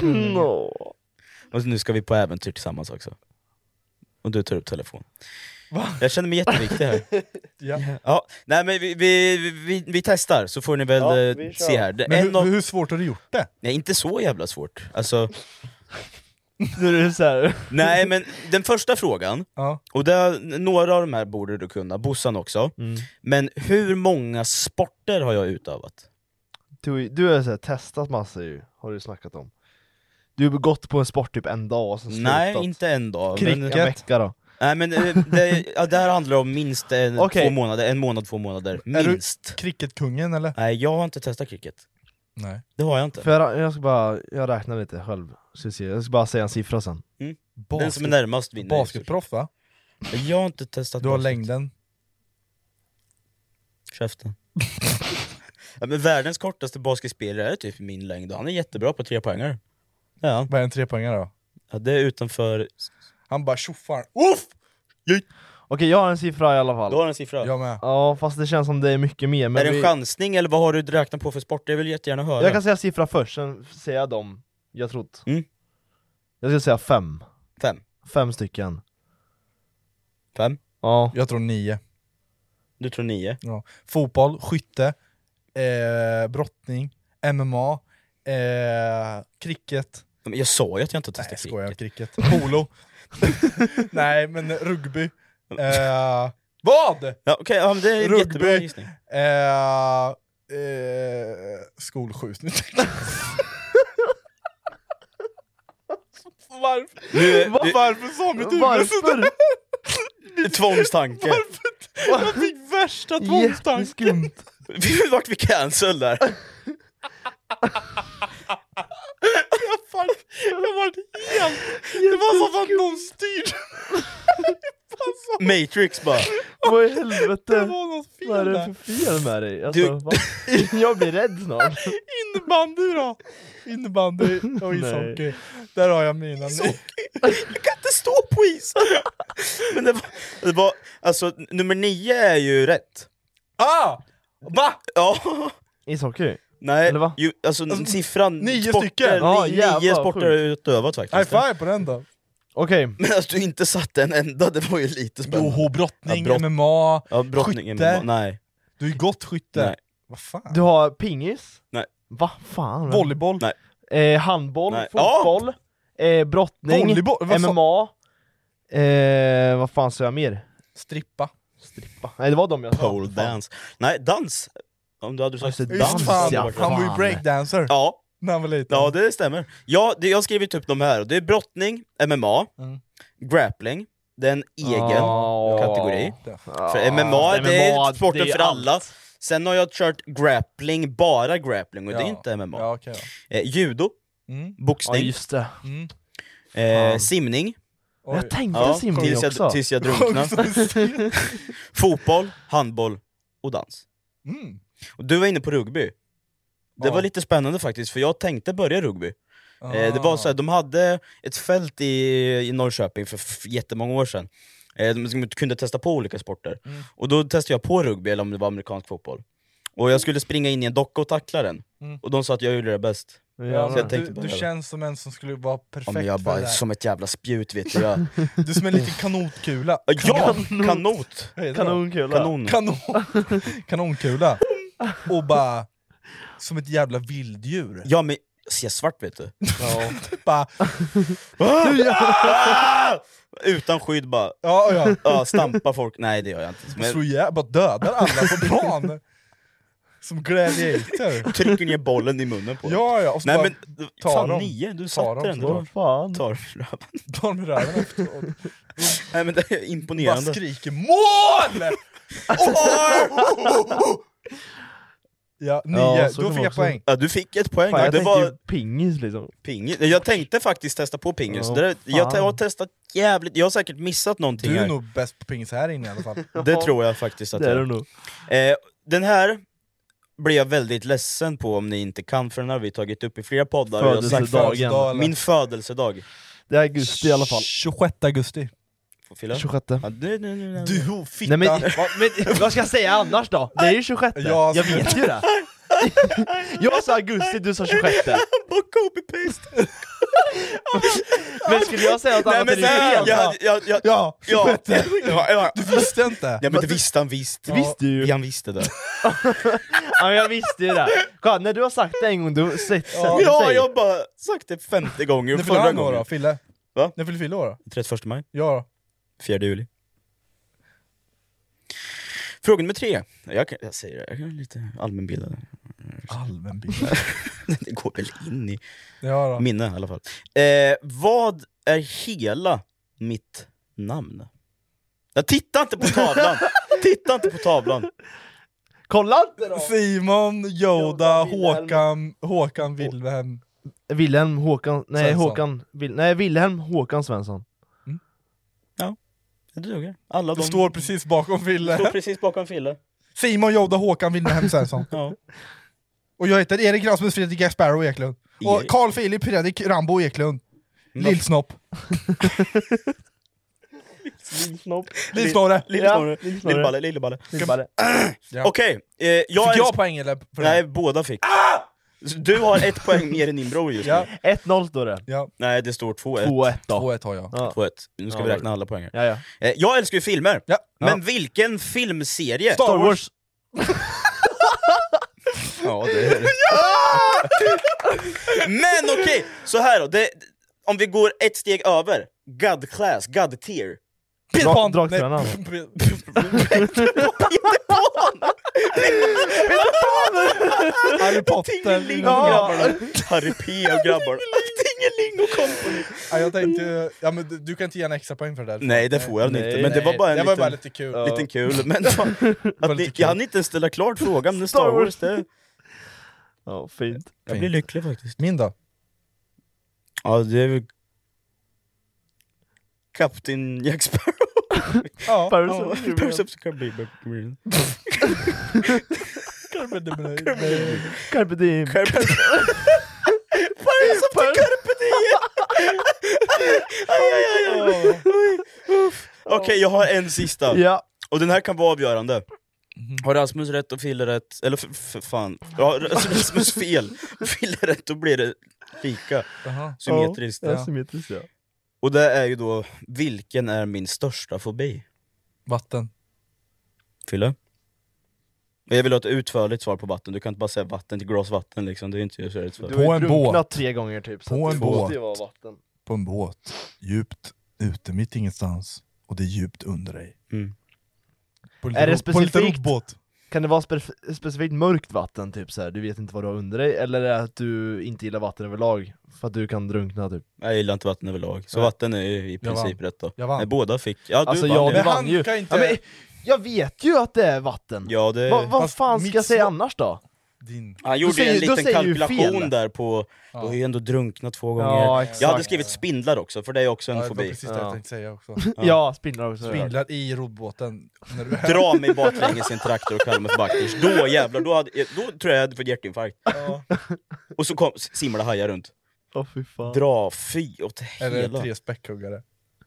No. Och nu ska vi på äventyr tillsammans också. Och du tar upp telefon. Jag känner mig jätteviktig här. Ja. Ja, nej men vi, vi, vi, vi testar så får ni väl Ja, eh, vi kör. se här. Det, Men en hur, av, hur svårt har du gjort det? nej, inte så jävla svårt. Alltså, Nu är det så här. nej men den första frågan, Ja. och där, några av de här borde du kunna, Bossan också. Mm. Men hur många sporter har jag utövat? Du, du har så här, testat massa ju, har du snackat om. Du har gått på en sport typ en dag och sen slutat. Nej, inte en dag. Cricket. Men, En vecka då. nej men eh, det, ja, det här handlar om minst en, Okej. två månader, en månad, två månader. Är Minst. du cricketkungen eller? Nej, jag har inte testat cricket. Nej. Det har jag inte. För jag, jag ska bara, jag räknar lite själv. Så vi ser. Jag ska bara säga en siffra sen. Mm. Basket- Den som är närmast vinner. Basketproff va? Jag har inte testat Du har basket. längden. Käften. Ja, men världens kortaste basketspelare är typ min längd och han är jättebra på tre poängare. Ja. Vad är en trepoängare då? Ja, det är utanför. Han bara tjoffar. Uff! Okej, jag har en siffra i alla fall. Du har en siffra. Jag med. Ja, fast det känns som det är mycket mer. Men är det en vi... chansning eller vad har du räknat på för sport? Jag vill jättegärna höra. Jag kan säga siffra först, sen säger jag dem jag trott. Mm. Jag ska säga fem. Fem. Fem stycken. Fem? Ja. Jag tror nio. Du tror nio? Ja. Fotboll, skytte, eh, brottning, M M A, eh, cricket. Men jag sa ju att jag inte Nej, testat skojar, cricket. cricket. Polo. Nej, men rugby. Eh, vad? Ja, okej, ja, men det är en jättebra Rugby. gissning. Eh, eh, skolskjutning. Varför? Nu, Va- du, Varför sa mitt huvud Varför? sådär? tvångstanke. Varför? Jag fick värsta tvångstanken. Jätteskumt. Vart vi cancel där. Jag fan, jag var helt... Det var som att någon styrde. Matrix bara. Vad i helvete? Det var något fel Vad är det där. för fel med dig? Alltså, Du- va? Jag blir rädd snart. Innebandy då? Innebandy och ishockey. Där har jag mina. Jag kan inte stå på isen. Men det var, det var, alltså nummer nio är ju rätt. Ah! Va? Ja. Ishockey? Nej, Eller va? ju, alltså, Alltså, siffran nio sporter, stycken? Ja, nio, jävlar, nio sporter har sjukt. jag utövat faktiskt. High five på den då. Okej. Men att du inte satte en enda, det var ju lite spännande. Jo, brottning, Ja, brott- M M A, Ja, brottning, skytte. M M A, nej. Du är ju gott skytte. Nej. Vad fan? Du har pingis? Nej. Va fan? Volleyboll. Nej. Eh, handboll, Nej. fotboll, eh, brottning, Volleyboll? Vad M M A. Eh, vad fan sa jag mer? Strippa. Strippa. Nej, det var de jag sa. Pole dance. Nej, dans. Om du hade sagt Alltså, dans. dans, Fan, ja, han var ju fan. breakdancer Ja, när han var liten. ja, det stämmer. Ja, det, jag har skrivit upp de här. Det är brottning, M M A, Mm. grappling. Det är en egen Oh. kategori. Ah, För M M A, det är M M A, sporten det är för alla. allt. Sen har jag kört grappling, bara grappling, och det är Ja. inte M M A. Ja, okej då. Eh, judo, Mm. Ja, boxning, just det. Mm. eh, Fan. simning. Oj. Jag tänkte Ja, simning tills också. jag, tills jag drunknade. Fotboll, handboll och dans. Mm. Och du var inne på rugby. Det Ja. var lite spännande faktiskt, för jag tänkte börja rugby. Ah. Eh, det var så här, de hade ett fält i, i Norrköping för f- jättemånga år sedan. Eh, de kunde testa på olika sporter. Mm. Och då testade jag på rugby, eller om det var amerikansk fotboll. Och jag skulle springa in i en docka och tackla den. Mm. Och de sa att jag gjorde det bäst. Ja, Så jag tänkte du, bara du göra det. känns som en som skulle vara perfekt Ja, men jag för bara, det där. som ett jävla spjut vet du. Jag. Du är som en liten kanotkula. Ja, kanot! Vad heter det? Kanonkula. Kanon. Kanon. Kanonkula. Och bara som ett jävla vilddjur. Ja, men jag ser svart vet du. Ja. Bara, Utan skydd bara. ja, ja. Ja, stampa folk. Nej, det gör jag inte. Men Så jag bara dödar alla på plan. Som gladiator. trycker ner bollen i munnen på dem. Ja, ja. Och så Nej bara men, tar fan dem. nio, du Tar satte dem den såklart. då. Fan. Tar röven. tar dem i röven efteråt. Nej men det är Bara imponerande. skriker mål! Ja, nio. Ja, så Då kan fick man jag också- poäng. Ja, du fick ett poäng. Fan, Ja, jag det tänkte var ju pingis liksom. pingis. Jag tänkte faktiskt testa på pingis. Ja, det där, jag fan. har testat jävligt, jag har säkert missat någonting Du är här. nog bäst på pingis här inne i alla fall. Det tror jag faktiskt att Det är jag det nog. eh, Den här blir jag väldigt ledsen på om ni inte kan, för den har vi tagit upp i flera poddar. Jag har sagt Födelsedagen. min födelsedag. Det är augusti i alla fall. tjugosjätte augusti. Får fylla? tjugosjätte. Ja, du, du, du, du. Du fitta! Nej men, va, men vad ska jag säga annars då? Det är ju tjugosjätte. Ja, jag så- vet ju det. Jag sa augusti, du sa tjugosjätte. Bara copy-paste. Men skulle jag säga att Nej, annat men är det fel? ja, ja, ja, Ja, ja, sjätte. ja, ja. Du visste inte. Ja, men det visste han visst. Det visste ju. Ja, han visste det. Ja, men jag visste ju det. Kolla, när du har sagt det en gång, du sätter Ja, sig. ja, jag har bara sagt det femtio gånger. När fyller Förra han år gången. då, Fille? Va? När fyller Fille år då? trettioförsta maj. Ja då. fjärde juli. Fråga nummer tre. Jag, kan, jag säger det, jag kan lite allmänbildad. Allmänbildad? Det går väl in i Ja då. minne i alla fall. Eh, vad är hela mitt namn? Jag tittar inte på tavlan. Titta inte på tavlan. Kolla inte då! Simon, Yoda, Håkan, Håkan Wilhelm. Wilhelm Håkan, nej Svensson. Håkan, Vil, nej Wilhelm Håkan Svensson. Ja, det duger. Alla Det de står precis bakom Fille. står precis bakom Fille. Simon, Yoda, Håkan Wilhelm Svensson. Ja. Och jag heter Erik Rasmus Fredrik Jack Sparrow Eklund. Och Erik. Carl Philip Fredrik Rambo Eklund. Lillsnopp. Lillsnopp. Lillsnorre. Lillsnorre. Ja, Lillsnorre. Lillballe, lilleballe. Lillballe. Ja. Okej, eh, jag Fick är... jag poäng eller? För Nej, båda fick. Du har ett poäng mer än din bror just nu. Ja. ett noll står det. Ja. Nej, det står två ett. två ett då. två ett har jag. Ja. två ett. Nu ska Ja, vi var räkna alla poäng här. Ja, ja. Eh, Jag älskar ju filmer. Ja. Men Ja. vilken filmserie? Star Wars. Ja, det är det. Men okej, så här då. Det, om vi går ett steg över. God class, God tier. Peter Pan! Dragtränaren. Nej. Harry Potter. Tingeling Ja. och grabbarna. Harry P och grabbarna. Tingeling och company. Ja, jag tänkte, ja, men du, du kan inte ge en extra poäng för det där. Nej, det får jag Nej, inte. Men det var bara en det liten, var bara lite kul. Ja. liten kul. Men fan, att ni, lite jag kul. hann inte ställa klart frågan. Men Star Wars, det, Ja, fint. jag blir lycklig faktiskt. Min då? Ja, det är väl Captain Jack Sparrow. Ja. Pirates Ja, of the Pirates Caribbean. of the Caribbean. Carpe diem. Carpe diem. Pirates of the Caribbean. Aj, aj, aj, aj. Oj, uff. Okej, jag har en sista. Ja. Och den här kan vara avgörande. Har Rasmus rätt och Fille rätt? Eller för, för fan. Ja, Rasmus fel. Fille rätt, då blir det lika. Jaha. Symmetriskt. Ja, symmetriskt, ja. Och det är ju då, vilken är min största fobi? Vatten. Fille? Jag vill ha ett utförligt svar på vatten. Du kan inte bara säga vatten till glas vatten liksom. Det är inte så rätt svar. Du har På ju en drunknat båt. tre gånger typ. Så På att en det måste båt. ju vara vatten. På en båt. Djupt ute, mitt ingenstans. Och det är djupt under dig. Mm. På Är det ro- på lite specifikt? roddbåt. Kan det vara spe- specifikt mörkt vatten typ så här? Du vet inte vad du har under dig? Eller är det att du inte gillar vatten överlag? För att du kan drunkna typ? Jag gillar inte vatten överlag. Så Nej. vatten är i Jag vann. princip rätt då. Jag vann. Nej, båda fick. Ja, du Alltså vann jag ju. du Men vann han ju. kan inte- Ja, men, jag vet ju att det är vatten! Ja, det... Va, vad Fast fan ska mitt jag säga svar- annars då? Din. Han gjorde säger- en då liten säger du kalkylation fel. där på... Ja. Du har ju ändå drunknat två gånger. Ja, exakt. Jag hade skrivit spindlar också, för det är också en Ja, det var fobi. precis det Ja. jag tänkte säga också. Ja, spindlar också. Spindlar i roddbåten. När du Dra mig baklänges i en traktor och kalla mig för backers. Då jävlar, då, hade, då tror jag jag hade fått hjärtinfarkt. Ja. Och så kom, simmade hajar runt. Åh fy fan. Dra, fy åt Eller hela. tre späckhuggare.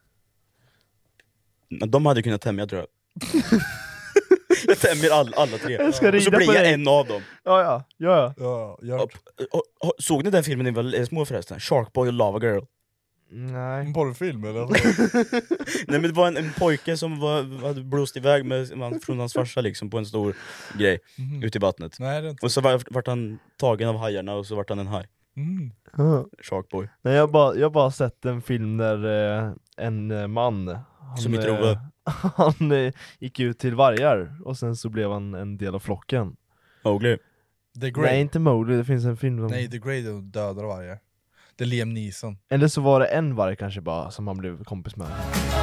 Men de hade kunnat tämja tror jag. Jag tämjer all, alla tre. Jag ska Och så rida blir på jag dig. en av dem. Ja, ja, ja, ja. Ja, gör Och, och, och, såg ni den filmen när ni var små förresten? Sharkboy och Lava Girl. Nej. En porrfilm eller? Nej men det var en, en pojke som var, hade blåst iväg med, man, från hans farsa liksom, på en stor grej Mhm. ute i vattnet. Nej, det är inte. Och så var, vart han tagen av hajarna och så vart han en haj. Mm. Ja. Sharkboy. Nej, jag har bara, jag har bara sett en film där eh, en eh, man han, Som heter eh, Ove. Han eh, gick ut till vargar och sen så blev han en del av flocken. Mowgli. The Grey. Nej, inte Mowgli, det finns en film som... Nej, The Grey de dödar varje. Det är Liam Neeson. Eller så var det en varg kanske bara som han blev kompis med.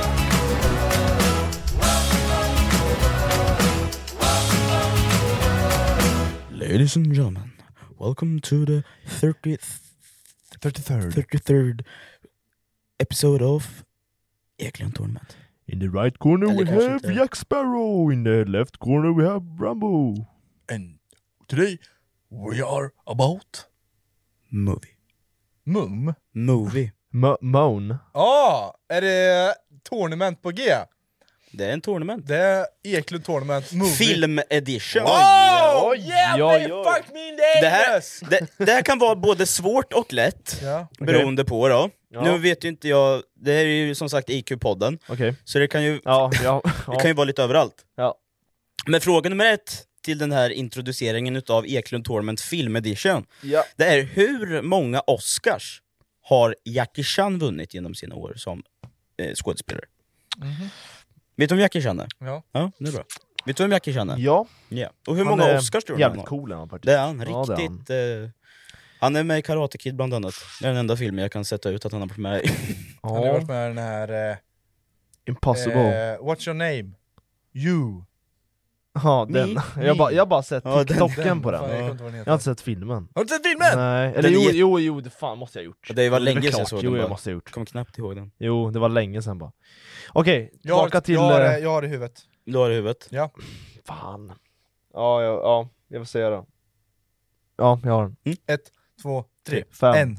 Ladies and gentlemen, welcome to the thirtieth, thirty-third. thirty-third episode of Eklund Tournament. In the right corner Eller we kanske have inte. Jack Sparrow, in the left corner we have Rambo. And today we are about Movie. Mum. Movie. M- Moan. Ja, är det tournament på G? Det är en tournament. Det är Eklund Tournament Movie. Film edition. Oh, yeah, ja, they ja. fuck me in the Det här, anus! det, det här kan vara både svårt och lätt, Ja. beroende på då. Ja. Nu vet ju inte jag, det här är ju som sagt I Q-podden, okay. så det kan ju ja, ja, ja. det kan ju vara lite överallt. Ja. Men fråga nummer ett till den här introduceringen utav Eklund Torment Film Edition, ja. det är hur många Oscars har Jackie Chan vunnit genom sina år som eh, skådespelare? Mm-hmm. Vet du om Jackie Chan är? Ja. Ja, det är bra. Vet du vem Jackie Chan är? Ja. ja. Och hur han många är Oscars tror du jävligt han har? cool han faktiskt. Det är han, ja, riktigt... Det är han. Eh, han är med i Karate Kid bland annat. Det är den enda filmen jag kan sätta ut att han har varit med i. Han har varit med i den här... Eh, Impossible. Eh, what's your name? You. Ja, den. Jag bara jag bara sett ja, TikToken den, på den. fan, jag, jag, jag har inte sett filmen. Har du sett filmen? Nej, eller jo, är... jo, jo, det fan måste jag ha gjort. Det var det länge klart. sedan jag såg Jo, den. jag bara. måste ha gjort. Kom knappt ihåg den. Jo, det var länge sedan bara. Okej, okay, jag, har, tillbaka till... jag, har, jag har det i huvudet. Du har det i huvudet? Ja. Fan. Ja, ja, ja, jag får säga det. Ja, jag har den. Mm. Ett, två, tre, fem. En.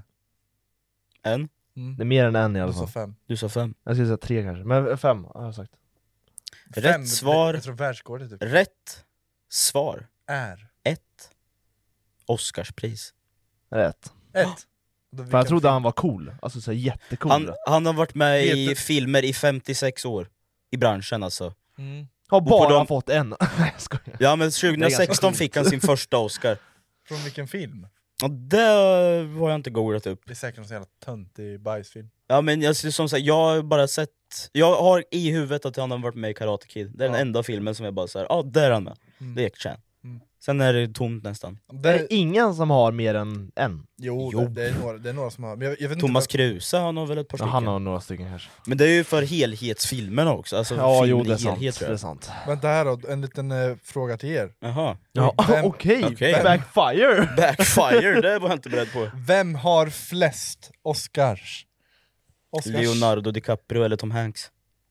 En? Mm. Det är mer än en i alla Du fall. sa fem. Du sa fem. Jag skulle säga tre kanske, men fem har jag sagt. Rätt Fem, svar. Jag tror världsrekordet typ. Rätt svar. Är. Ett. Oscarspris. Rätt. Ett. För jag trodde han var cool, alltså så jättecool. Han, han har varit med i Vet- filmer i femtiosex år. I branschen alltså. Mm. Har bara dem- fått en. Nej, jag skojar. Ja men Det är ganska tjugohundrasexton sjukt. fick han sin första Oscar. Från vilken film? Och det har jag inte googlat upp. Det är säkert någon sån jävla töntig bajsfilm. Ja men jag, som sagt, jag har bara sett... Jag har i huvudet att han har varit med i Karate Kid. Det är den Ja. enda filmen som jag bara såhär, ja ah, där är han med. Mm. Det är Jackie Chan. Mm. Sen är det tomt nästan. Det är det ingen som har mer än en? Jo, Jo. Det, det, är några, det är några som har... Men jag, jag vet Thomas inte Kruse, han har väl ett par Ja, stycken. han har några stycken kanske. Men det är ju för helhetsfilmerna också. Alltså Ja, film jo, det är i sant. helhet, tror Det är jag. sant. vad... Vänta här då, en liten eh, fråga till er. Jaha. Ja, Vem- okej. Okej. Backfire! Backfire, det var jag inte beredd på. Vem har flest Oscars? Oscars? Leonardo DiCaprio eller Tom Hanks?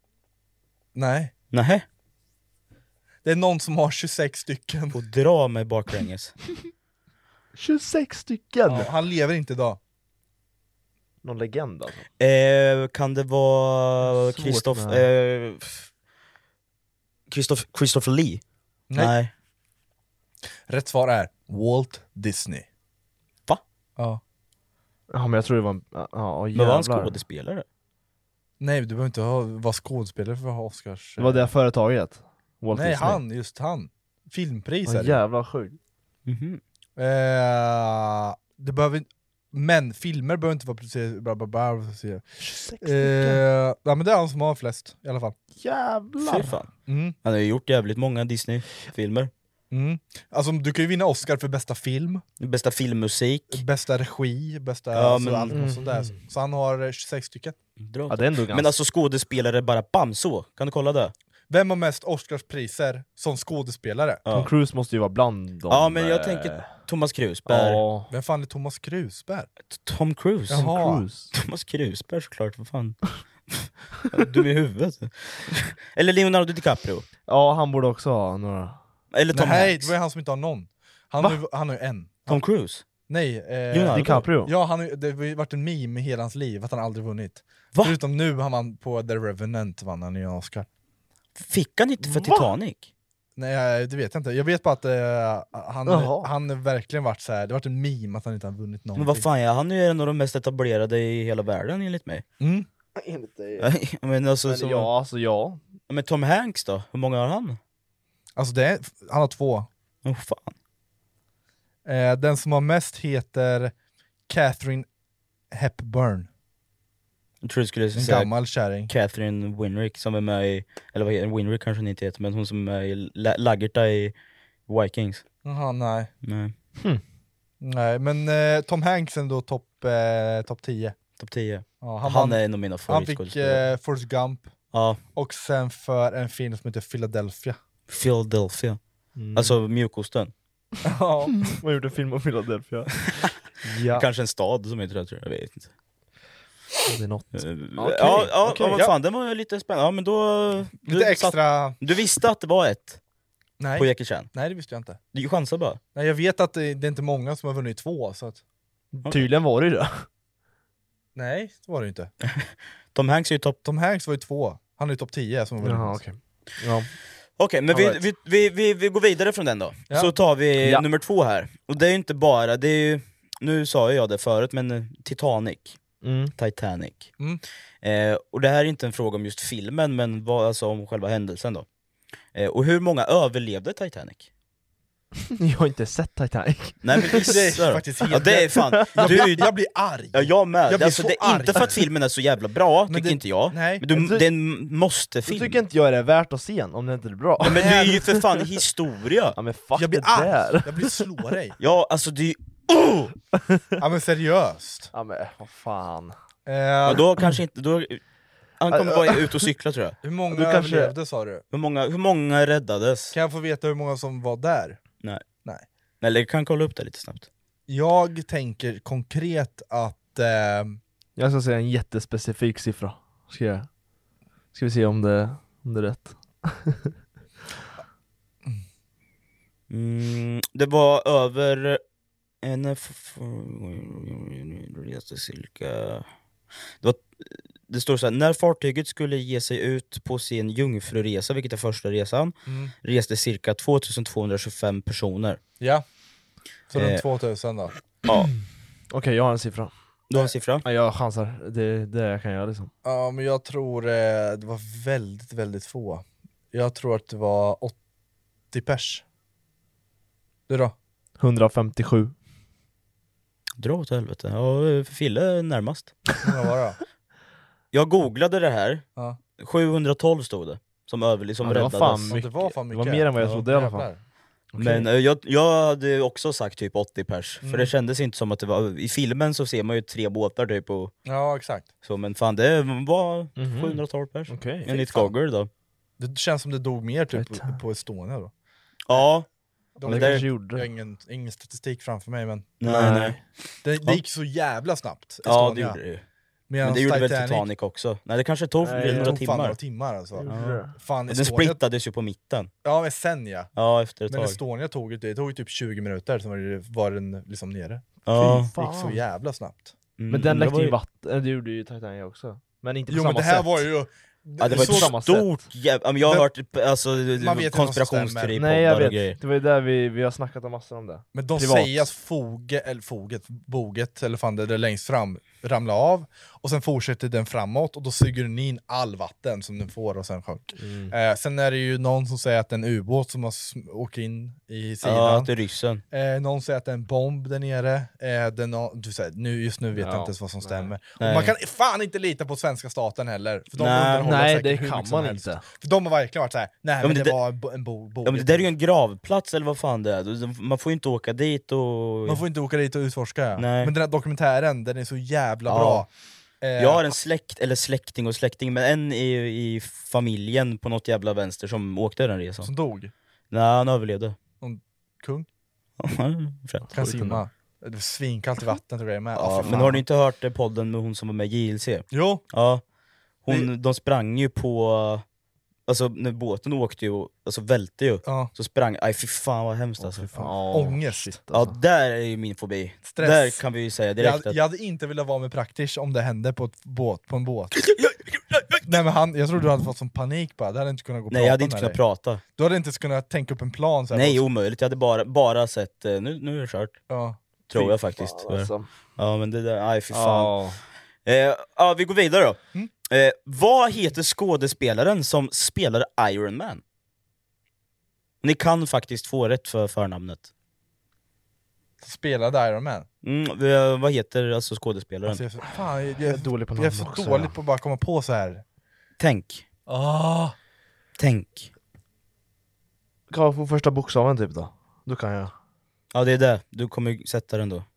Nej. Nähä? Det är någon som har tjugosex stycken. Och dra mig baklänges. tjugosex stycken! Ja, han lever inte idag. Någon legend alltså. Eh, kan det vara Svårt Christoph, med- eh, Christoph, Christopher Lee? Nej. Rätt svar är Walt Disney. Va? Ja. Ja, men jag tror det var en... Ja, ja, Men var han jävlar. skådespelare? Nej, du behöver inte ha, vara skådespelare för att ha Oscars. Det var det företaget? Walt Nej, Disney. han, just han. Filmpris Ja, är det. jävlar sjukt. Mhm. Eh, det behöver inte... Men filmer behöver inte vara precis... Bla, bla, bla, bla, bla. tjugosex Eh, stycken. ja, men det är han som har flest i alla fall. Jävlar! Fy fan. Mm. Han har ju gjort jävligt många Disney-filmer. Mm. Alltså du kan ju vinna Oscar för bästa film, Bästa filmmusik. bästa regi, bästa... Ja, alltså, men- allt och sånt där. Så han har eh, tjugosex stycken. Dra. Ja, det är ändå ganska... Men alltså skådespelare bara bam så, kan du kolla det? Vem har mest Oscarspriser som skådespelare? Tom Ja, Cruise måste ju vara bland dem. ja men jag eh, tänker Thomas Krusberg. Ja. Vem fan är Thomas Krusberg? Tom Cruise. Jaha. Cruise. Thomas Krusberg såklart, vad fan. Du är i huvudet. Eller Leonardo DiCaprio. Ja, han borde också ha några. Eller Tom Nej, Hanks. det var han som inte har någon. Han Va? har ju, han har ju en. Tom Cruise. Nej, eh, Leonardo. DiCaprio. ja, han har, ju- det har ju varit en meme i hela hans liv att han aldrig vunnit. Va? Förutom nu han vann på The Revenant, vann han ju en Oscar. Fick han inte för Va? Titanic? Nej, det vet jag inte. Jag vet bara att eh, han, Jaha. han har verkligen varit så här. det har varit en meme att han inte har vunnit någonting. Men vad fan, ja, han är ju en av de mest etablerade i hela världen enligt mig. Mm. Enligt dig. men alltså, Men så, ja, alltså ja. men Tom Hanks då? Hur många har han? Alltså det är, han har två. Oh, fan. Eh, den som har mest heter Catherine Hepburn. Jag tror du skulle En säga gammal kärring. Catherine Winrick som är med i, eller vad heter Winrick kanske hon inte heter, men hon som är i La- Lagerta i Vikings. Jaha, nej. Nej. Nej, men eh, Tom Hanks är ändå topp eh, top tio. Topp tio. Ja, Han, vann- är en av mina Han fick favoritskådespelare. eh, Forrest Gump, Ja, och sen för en film som heter Philadelphia. Philadelphia. Alltså mjukosten. Ja. Man gjorde en film om Philadelphia. Ja. Kanske en stad som heter det, tror jag. Jag vet inte. Det är något. Eh, Okej, Ja, ja, okej, ja, vad ja. fan, det var ju lite spännande. Ja, men då... Du, Lite satt, extra... du visste att det var ett på Nej. Jackie Chan? Nej, det visste jag inte. Du chansar bara. Nej, jag vet att det, det är inte många som har vunnit två, så att... Tydligen var det ju det. Nej, det var det ju inte. Tom Hanks är ju topp... Tom Hanks var ju två. Han är ju topp tio som har vunnit. Jaha, okej. Ja. Okej, men vi, All right. vi, vi, vi, vi går vidare från den då. Ja. Så tar vi Ja. nummer två här. Och det är ju inte bara, det är ju, nu sa jag det förut, men eh, Titanic. Mm. Titanic. Mm. Eh, och det här är inte en fråga om just filmen, men vad, alltså om själva händelsen då. Eh, och hur många överlevde Titanic? Jag har inte sett Titanic. Nej, men Det är faktiskt helt ja, det är fan. jag, Du, blir, jag blir arg. ja, jag med. Jag blir alltså, så det är arg. inte för att filmen är så jävla bra, Men tycker det- inte jag. nej. Men du, Men du- det är en måste-film. Då tycker inte jag det är värt att se en, om det inte är bra. Ja, men det är ju för fan historia. Ja men fuck Jag blir det arg. där. Jag blir slå dig. Ja, alltså det är ju... Oh! Ja men seriöst. Ja men vad fan. Eh, Ja, då kanske inte... Då, han kommer vara ute och cykla tror jag. hur många du kanske- överlevde sa du? Hur många, hur många räddades? Kan jag få veta hur många som var där? Nej. Nej. Eller jag kan kolla upp det lite snabbt. Jag tänker konkret att... Eh, Jag ska säga en jättespecifik siffra. Ska, jag, ska vi se om det, om det är rätt. Mm, det var över en... f- f- cirka... Det, var, det står så här: när fartyget skulle ge sig ut på sin jungfruresa, vilket är första resan, Mm. reste cirka tvåtusentvåhundratjugofem personer. ja, så Eh. runt tvåtusen då. Ja, Okej, jag har en siffra. du har en siffra? Ja, jag chansar. Det är det jag kan göra liksom. Ja men jag tror eh, det var väldigt, väldigt få. Jag tror att det var åttio pers. Du då? hundrafemtiosju. Dra åt helvete. Ja, Fille är närmast. Hur många var det då? Jag googlade det här. Ja. sjuhundratolv stod det. Som överlig, som Ja, det var räddades. fan Ja, mycket. det var fan Det mycket. var mer än vad jag Ja, trodde i alla fall. jävlar. Okej. Men eh, jag, jag hade också sagt typ åttio pers. Mm. För det kändes inte som att det var... I filmen så ser man ju tre båtar typ och Ja exakt. så. Men fan, det var Mhm. sjuhundratolv pers. Okej. Enligt fan. Google då. Det känns som det dog mer typ Vet. på, på Estonia då. Ja. De Men det där- kanske gjorde gjorde. Jag har ingen, ingen statistik framför mig men Nej, nej. det, det Ja. gick så jävla snabbt. Ja, det Estonia. gjorde det ju. Medan Men det gjorde väl Titanic, Titanic också? Nej, det kanske tog Nej, det några tog fan timmar. några timmar alltså. Ja. Fan, Den Estonia, splittades ju på mitten. ja men sen ja. Ja, efter ett Men tag. Estonia tog ju det tog ju typ tjugo minuter, så var, det, var den liksom nere. Ja. Det gick så jävla snabbt. Mm, Men den det läckte var ju ju- vatten, det gjorde ju Titanic också. Men inte på Jo samma men det här sätt. var ju... Ja, det var så ett samma stort jävla... Jag har Det- hört alltså, Man vet inte vad som stämmer. Nej jag konspirationsteori-poddar och grejer. vet, det var ju där vi, vi har snackat om massor om det. Men de Privat. säger att foget, eller foget, boget, eller fan det där längst fram ramlar av, och sen fortsätter den framåt, och då suger den in all vatten som den får och sen sjönk. Mm. Eh, sen är det ju någon som säger att det är en ubåt som har sm- åkt in i sidan. Ja, att det är ryssen. Eh, någon säger att det är en bomb där nere. Eh, det är no- du säger, nu, just nu vet jag Ja. inte ens vad som stämmer. Och Nej. man kan fan inte lita på svenska staten heller. För de Nej. underhåller Nej, säkert det hur kan mycket som man helst. inte. För de har verkligen varit såhär, nej Ja, men men det, det- var en, bo- en bo- bo- Ja, men det där är ju en gravplats eller vad fan det är. Man får ju inte åka dit och... Man får inte åka dit och utforska. Ja. Nej. Men den här dokumentären, den är så jävla Ja. bra. Eh, Jag har en släkt, eller släkting och släkting, men en i, i familjen på något jävla vänster som åkte den resan. Som dog. Nej, han överlevde. Någon kung. Fränt. Kan simma. Det var svinkallt i vattnet och grejer med. Ja, Ja, men har ni inte hört eh, podden med hon som var med i J L C? Jo. Ja. Hon, de sprang ju på... Alltså när båten åkte ju, alltså välte ju, Ja. så sprang... Aj fy fan vad hemskt alltså. Ja, Ångest. shit, Ja, alltså. där är ju min fobi. Stress. Där kan vi ju säga Jag, direkt hade- att... jag hade inte velat vara med Praktisch om det hände på, ett båt, på en båt. Nej men han, jag tror du hade fått sån panik bara, det hade inte kunnat gå och Nej, prata jag hade inte med kunnat dig. prata. Du hade inte ens kunnat tänka upp en plan så här, Nej, och- omöjligt. Jag hade bara, bara sett... eh, Nu, nu är det kört. Ja. Tror Fy jag faktiskt. fan, alltså. Ja, men det där... Aj fy fan. Ja. Eh, ja, vi går vidare då. Mm. Eh, vad heter skådespelaren som spelar Iron Man? Ni kan faktiskt få rätt för förnamnet. Spelade Iron Man. Mm, eh, vad heter alltså skådespelaren? Alltså, jag, är så- fan, jag, jag, är dålig på jag är namn så också, dålig ja. på att bara komma på så här. Tänk. Ah. Tänk. Kan jag få första bokstaven typ då? Då kan jag. Ja, det är det. Du kommer sätta den då.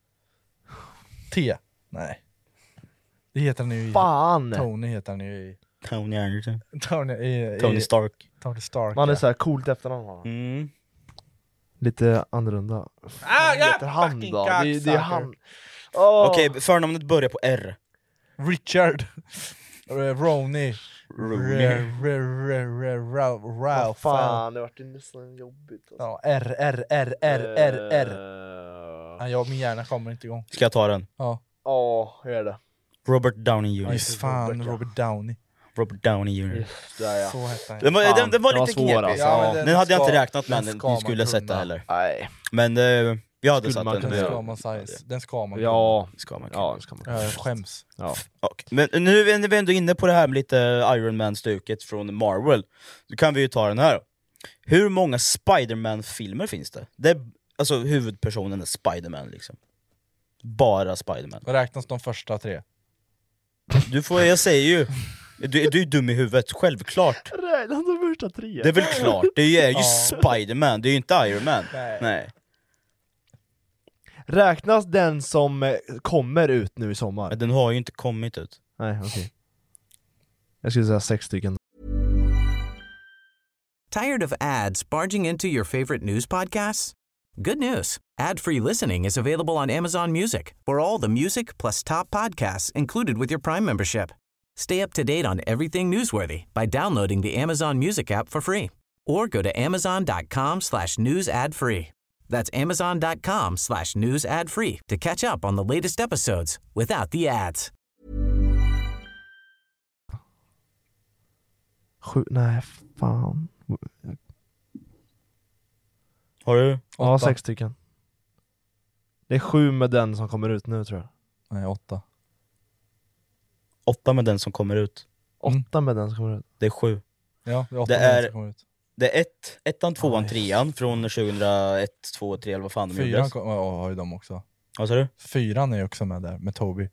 T. Nej. Det heter han ju i... Fan! Tony heter han ju i... Tony Anderson. Tony, i, i, Tony Stark. Tony Stark. Man är ja. så här coolt efternamn va? Mm. Lite annorlunda. Ah, Vad ja, heter han fucking då? Det, det är cocksucker. han. Oh. Okej, förnamnet börjar på R. Richard. Eh, Ronny. Rooney. Re- re- re- re- Ra- Vad Ralph. fan, det vart ju nästan jobbigt alltså. Ja, R, R, R, R, R, R. Eh, Ja, jag, min hjärna kommer inte igång. Ska jag ta den? Ja, Ja, hur är det? Robert Downey junior just fan, Robert Downey. Robert Downey junior Just där ja. Så hette han. Den var, Fan, den, den var den var lite svår, knepig. alltså. Ja, men Den, den hade jag ska- inte räknat med den att ska ni man skulle kunna. sätta heller. Nej. Men eh, Jag hade Skulle satt man den. kunna Den göra. ska man size. Den ska man Ja, ska man ja, ska man. kunna. Jag skäms. Ja. Okay. Men nu är vi ändå inne på det här med lite Iron Man-stuket från Marvel. Då kan vi ju ta den här. Hur många Spider-Man-filmer finns det? Det är, alltså huvudpersonen är Spider-Man liksom. Bara Spider-Man. Räknas de första tre? Du får, jag säger ju, du, du är dum i huvudet, självklart. Räknas de första tre? Det är väl klart, det är ju Ja. Spider-Man, det är ju inte Iron Man. Nej. Nej. Räknas den som eh, kommer ut nu i sommar? Men den har ju inte kommit ut. Nej, okej. Okay. Jag skulle säga sex stycken. Tired of ads barging into your favorite news podcasts? Good news. Ad-free listening is available on Amazon Music for all the music plus top podcasts included with your Prime membership. Stay up to date on everything newsworthy by downloading the Amazon Music app for free or go to amazon.com slash news ad free. That's amazon.com slash news ad free to catch up on the latest episodes without the ads. Sju, nej, fan. Har du? Ja, Åtta. sex stycken. Det är sju med den som kommer ut nu tror jag. Nej, åtta. Åtta med den som kommer ut. Åtta med den som kommer ut. Det är sju. Ja, det är åtta Det med den är, som kommer ut. det är ett, ettan, tvåan, Oj. trean från tjugohundraett, två, tre eller vad fan de Fyran gjordes. kom, ja, har ju de också. Vad sa du? Fyran är ju också med där, med Toby.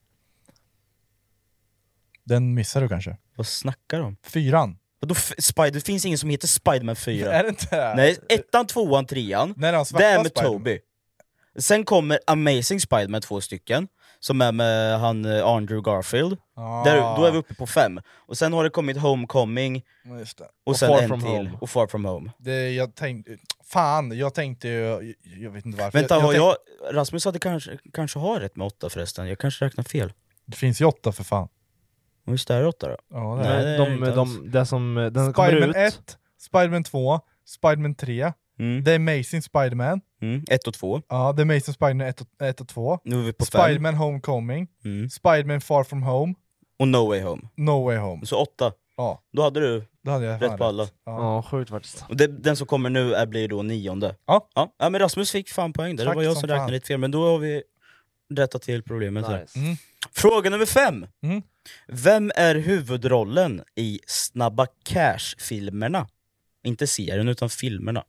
Den missar du kanske. Vad snackar de om? Fyran. Vadå, f- Spider, det finns ingen som heter Spider-Man fyra. Är det inte? Nej, ettan, tvåan, trean. Nej, de svarta Det är med Spider-Man. Toby. Sen kommer Amazing Spider-Man två stycken. Som är med han eh, Andrew Garfield. Ah. Där, då är vi uppe på fem. Och sen har det kommit Homecoming. Ja, just det. Och, Och sen Far en From till. Home. Och Far From Home. Det, jag tänkte, fan, jag tänkte ju, jag, jag vet inte varför. Vänta, jag, har jag jag, Rasmus hade kanske, kanske har rätt med åtta förresten. Jag kanske räknar fel. Det finns ju åtta för fan. Och visst är det åtta då? Ja, det är. Nej, det är de, inte de, alls. det som den kommer Spider-Man ut. ett, Spider-Man två, Spider-Man tre, Mm. The Amazing Spider-Man, Mm. Ett och två. ja, The Amazing Spider-Man ett och, ett och två, Nu är vi på fem. Spider-Man Homecoming, Mm. Spider-Man Far From Home, Och No Way Home. No Way Home. Så åtta. Ja, Då hade du då hade jag fan rätt på alla. Ja. Ja, sjukt faktiskt. Och det, den som kommer nu är, blir då nionde. Ja. Ja, ja men Rasmus fick fan poäng där. Det Tack var jag som som fan. räknade lite fel, men då har vi rättat till problemet här. Nice. Mm. Fråga nummer fem. Mm. Vem är huvudrollen i Snabba Cash-filmerna? Inte serien, utan filmerna.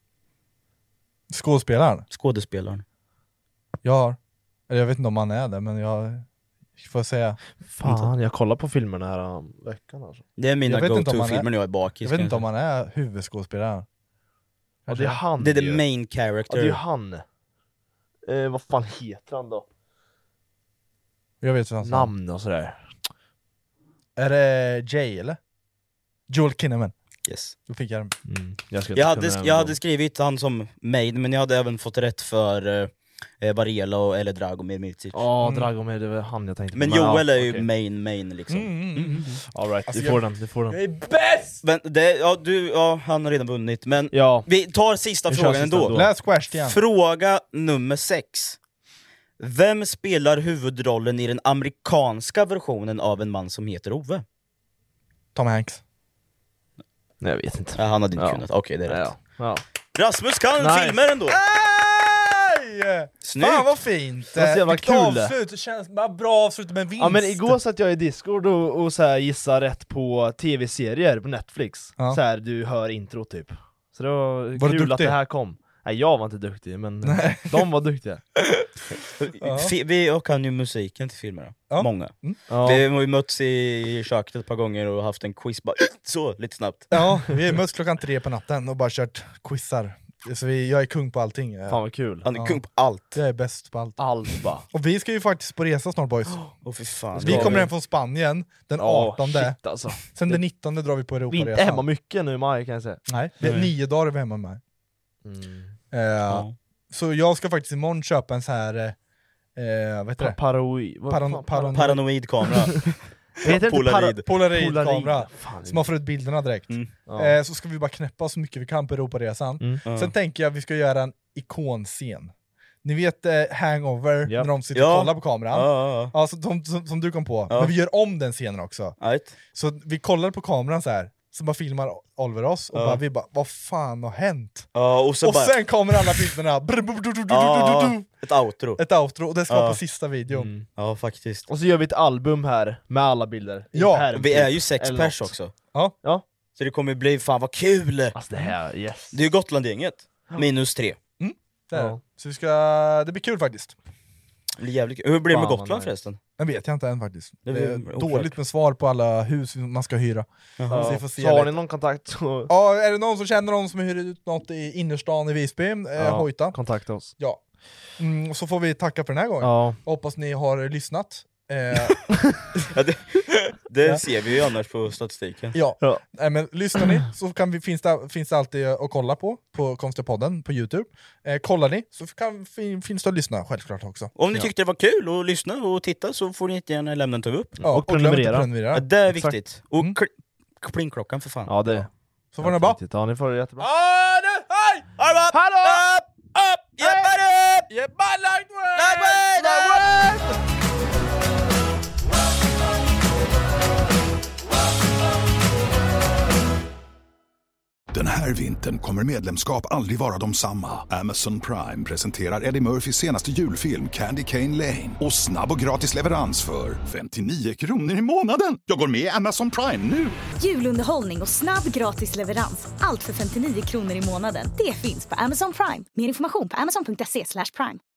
Skådespelaren? Skådespelaren. Jag har, eller jag vet inte om han är det, men jag får säga. Fan, jag kollar på filmerna här um, veckan alltså. Det är mina Jag vet inte om han go-to-filmer är- när jag är bakis. Jag vet inte kanske. om han är huvudskådespelaren. Ja, det är han Det är the ju. main Ja, character. det är ju han. Eh, vad fan heter han då? Jag vet inte hans namn. Namn och sådär. Är det Jay eller? Joel Kinnaman. Yes. Då fick jag den. Mm. Jag, ska Jag, hade, kunna den jag då. hade skrivit han som main, men jag hade även fått rätt för eh, Varela och, eller Dragomir Mircic. Ja, Mm. Dragomir, det var han jag tänkte på. Men Joel ja, är ju okej. main main liksom. Mm, mm, mm. All right, Alltså, du får jag- den, du får den. Jag är bäst! Men det, ja, du, ja, han har redan vunnit, men Ja. vi tar sista Vi kör frågan sista ändå. ändå. Last question. Fråga nummer sex. Vem spelar huvudrollen i den amerikanska versionen av En man som heter Ove? Tom Hanks. Nej, jag vet inte. Ja, han hade inte Ja. kunnat, okej det är rätt. Ja. Ja. Rasmus kan Nice. filmer ändå! Nej! Snyggt! Fan vad fint! Vad så jävla Vilket kul. avslut, det känns bara bra avslut med en vinst. Ja, men igår satt jag i Discord och, och så här gissade rätt på tv-serier på Netflix. Ja. Så här, du hör intro typ. Så det var, Var du kul att duktig? det här kom. Nej, jag var inte duktig, men de var duktiga. Ja. Fi- Vi kan ju musiken till filmerna, Ja. många. Ja. Vi har ju mötts i köket ett par gånger och haft en quiz bara så, lite snabbt. Ja, vi har mötts klockan tre på natten och bara kört quizar. Så vi, jag är kung på allting. Fan vad kul. Han är Ja. kung på allt. Jag är bäst på allt. Allt bara. Och vi ska ju faktiskt på resa snart boys. Åh fy fan. Vi Ska kommer hem från Spanien den artonde. Oh, shit, alltså. Sen den nittonde drar vi på Vi är Europaresan. inte hemma mycket nu i maj kan jag säga. Nej, det är Nej. nio dagar är vi hemma med. Mm. Eh, Ja. Så jag ska faktiskt imorgon köpa en så här eh, vad heter det? Paroi... vad Paran- fan, paran- Paranoid kamera. Det heter inte Polaroid. Polaroid-kamera Fan, som man får ut bilderna direkt. Mm. ja. Eh, så ska vi bara knäppa så mycket vi kan på Europaresan. Mm. Ja. Sen tänker jag att vi ska göra en ikonscen. Ni vet eh, Hangover, Ja. när de sitter Ja. och kollar på kameran? Ja, ja, Alltså, de, som, som du kom på. Ja. Men vi gör om den scenen också. ja. Right. Så vi kollar på kameran så här. Så bara filmar Oliver oss och Ja. bara, vi bara, vad fan har hänt? Ja, och så och bara- sen kommer alla filmerna. Brr, brr, brr, brr, Ja, brr, brr. ett outro. Ett outro, och det ska vara Ja. på sista videon. Mm. Ja, faktiskt. Och så gör vi ett album här med alla bilder. I Ja, pärm, Vi är ju typ, sex eller pers något. också. Ja. Ja. Så det kommer bli, fan vad kul! Alltså det här, yes. Det är ju Gotlandgänget. Minus tre. Det, är Ja. det. Så vi ska, det blir kul faktiskt. Det blir jävligt kul. Hur blir det med Fan, vad Gotland nice. förresten? Det vet jag inte än faktiskt. Det Det är är oklart. dåligt med svar på alla hus man ska hyra. Jaha. Så vi Ja. får se Så har lite. ni någon kontakt så Ja, är det någon som känner någon som hyr ut något i innerstan i Visby, eh, ja, hojta. kontakta oss. Ja. Mm, och så får vi tacka för den här gången. Ja. Hoppas ni har lyssnat. Eh, Ja, det det Ja. ser vi ju annars på statistiken. ja. Ja. Nej, men lyssnar ni så kan vi, finns, det, finns det alltid att kolla på på Konstipodden på YouTube. Eh, kollar ni så kan, fin, finns det att lyssna självklart också. Om ni Ja. tyckte det var kul att lyssna och titta så får ni inte gärna lämna en tumme upp. Ja, Och glöm inte prenumerera. prenumerera. Ja, det är Exakt. viktigt. Och Mm. kl- plingklockan för fan. Ja, det Så får ni bara. Ja, ni får det jättebra. Ah, det, hej! Hallå! Upp! Upp! Jebbar upp! Jebbar lagt Den här vintern kommer medlemskap aldrig vara de samma. Amazon Prime presenterar Eddie Murphys senaste julfilm Candy Cane Lane. Och snabb och gratis leverans för femtionio kronor i månaden. Jag går med i Amazon Prime nu! Julunderhållning och snabb gratis leverans. Allt för femtionio kronor i månaden. Det finns på Amazon Prime. Mer information på amazon punkt se slash prime.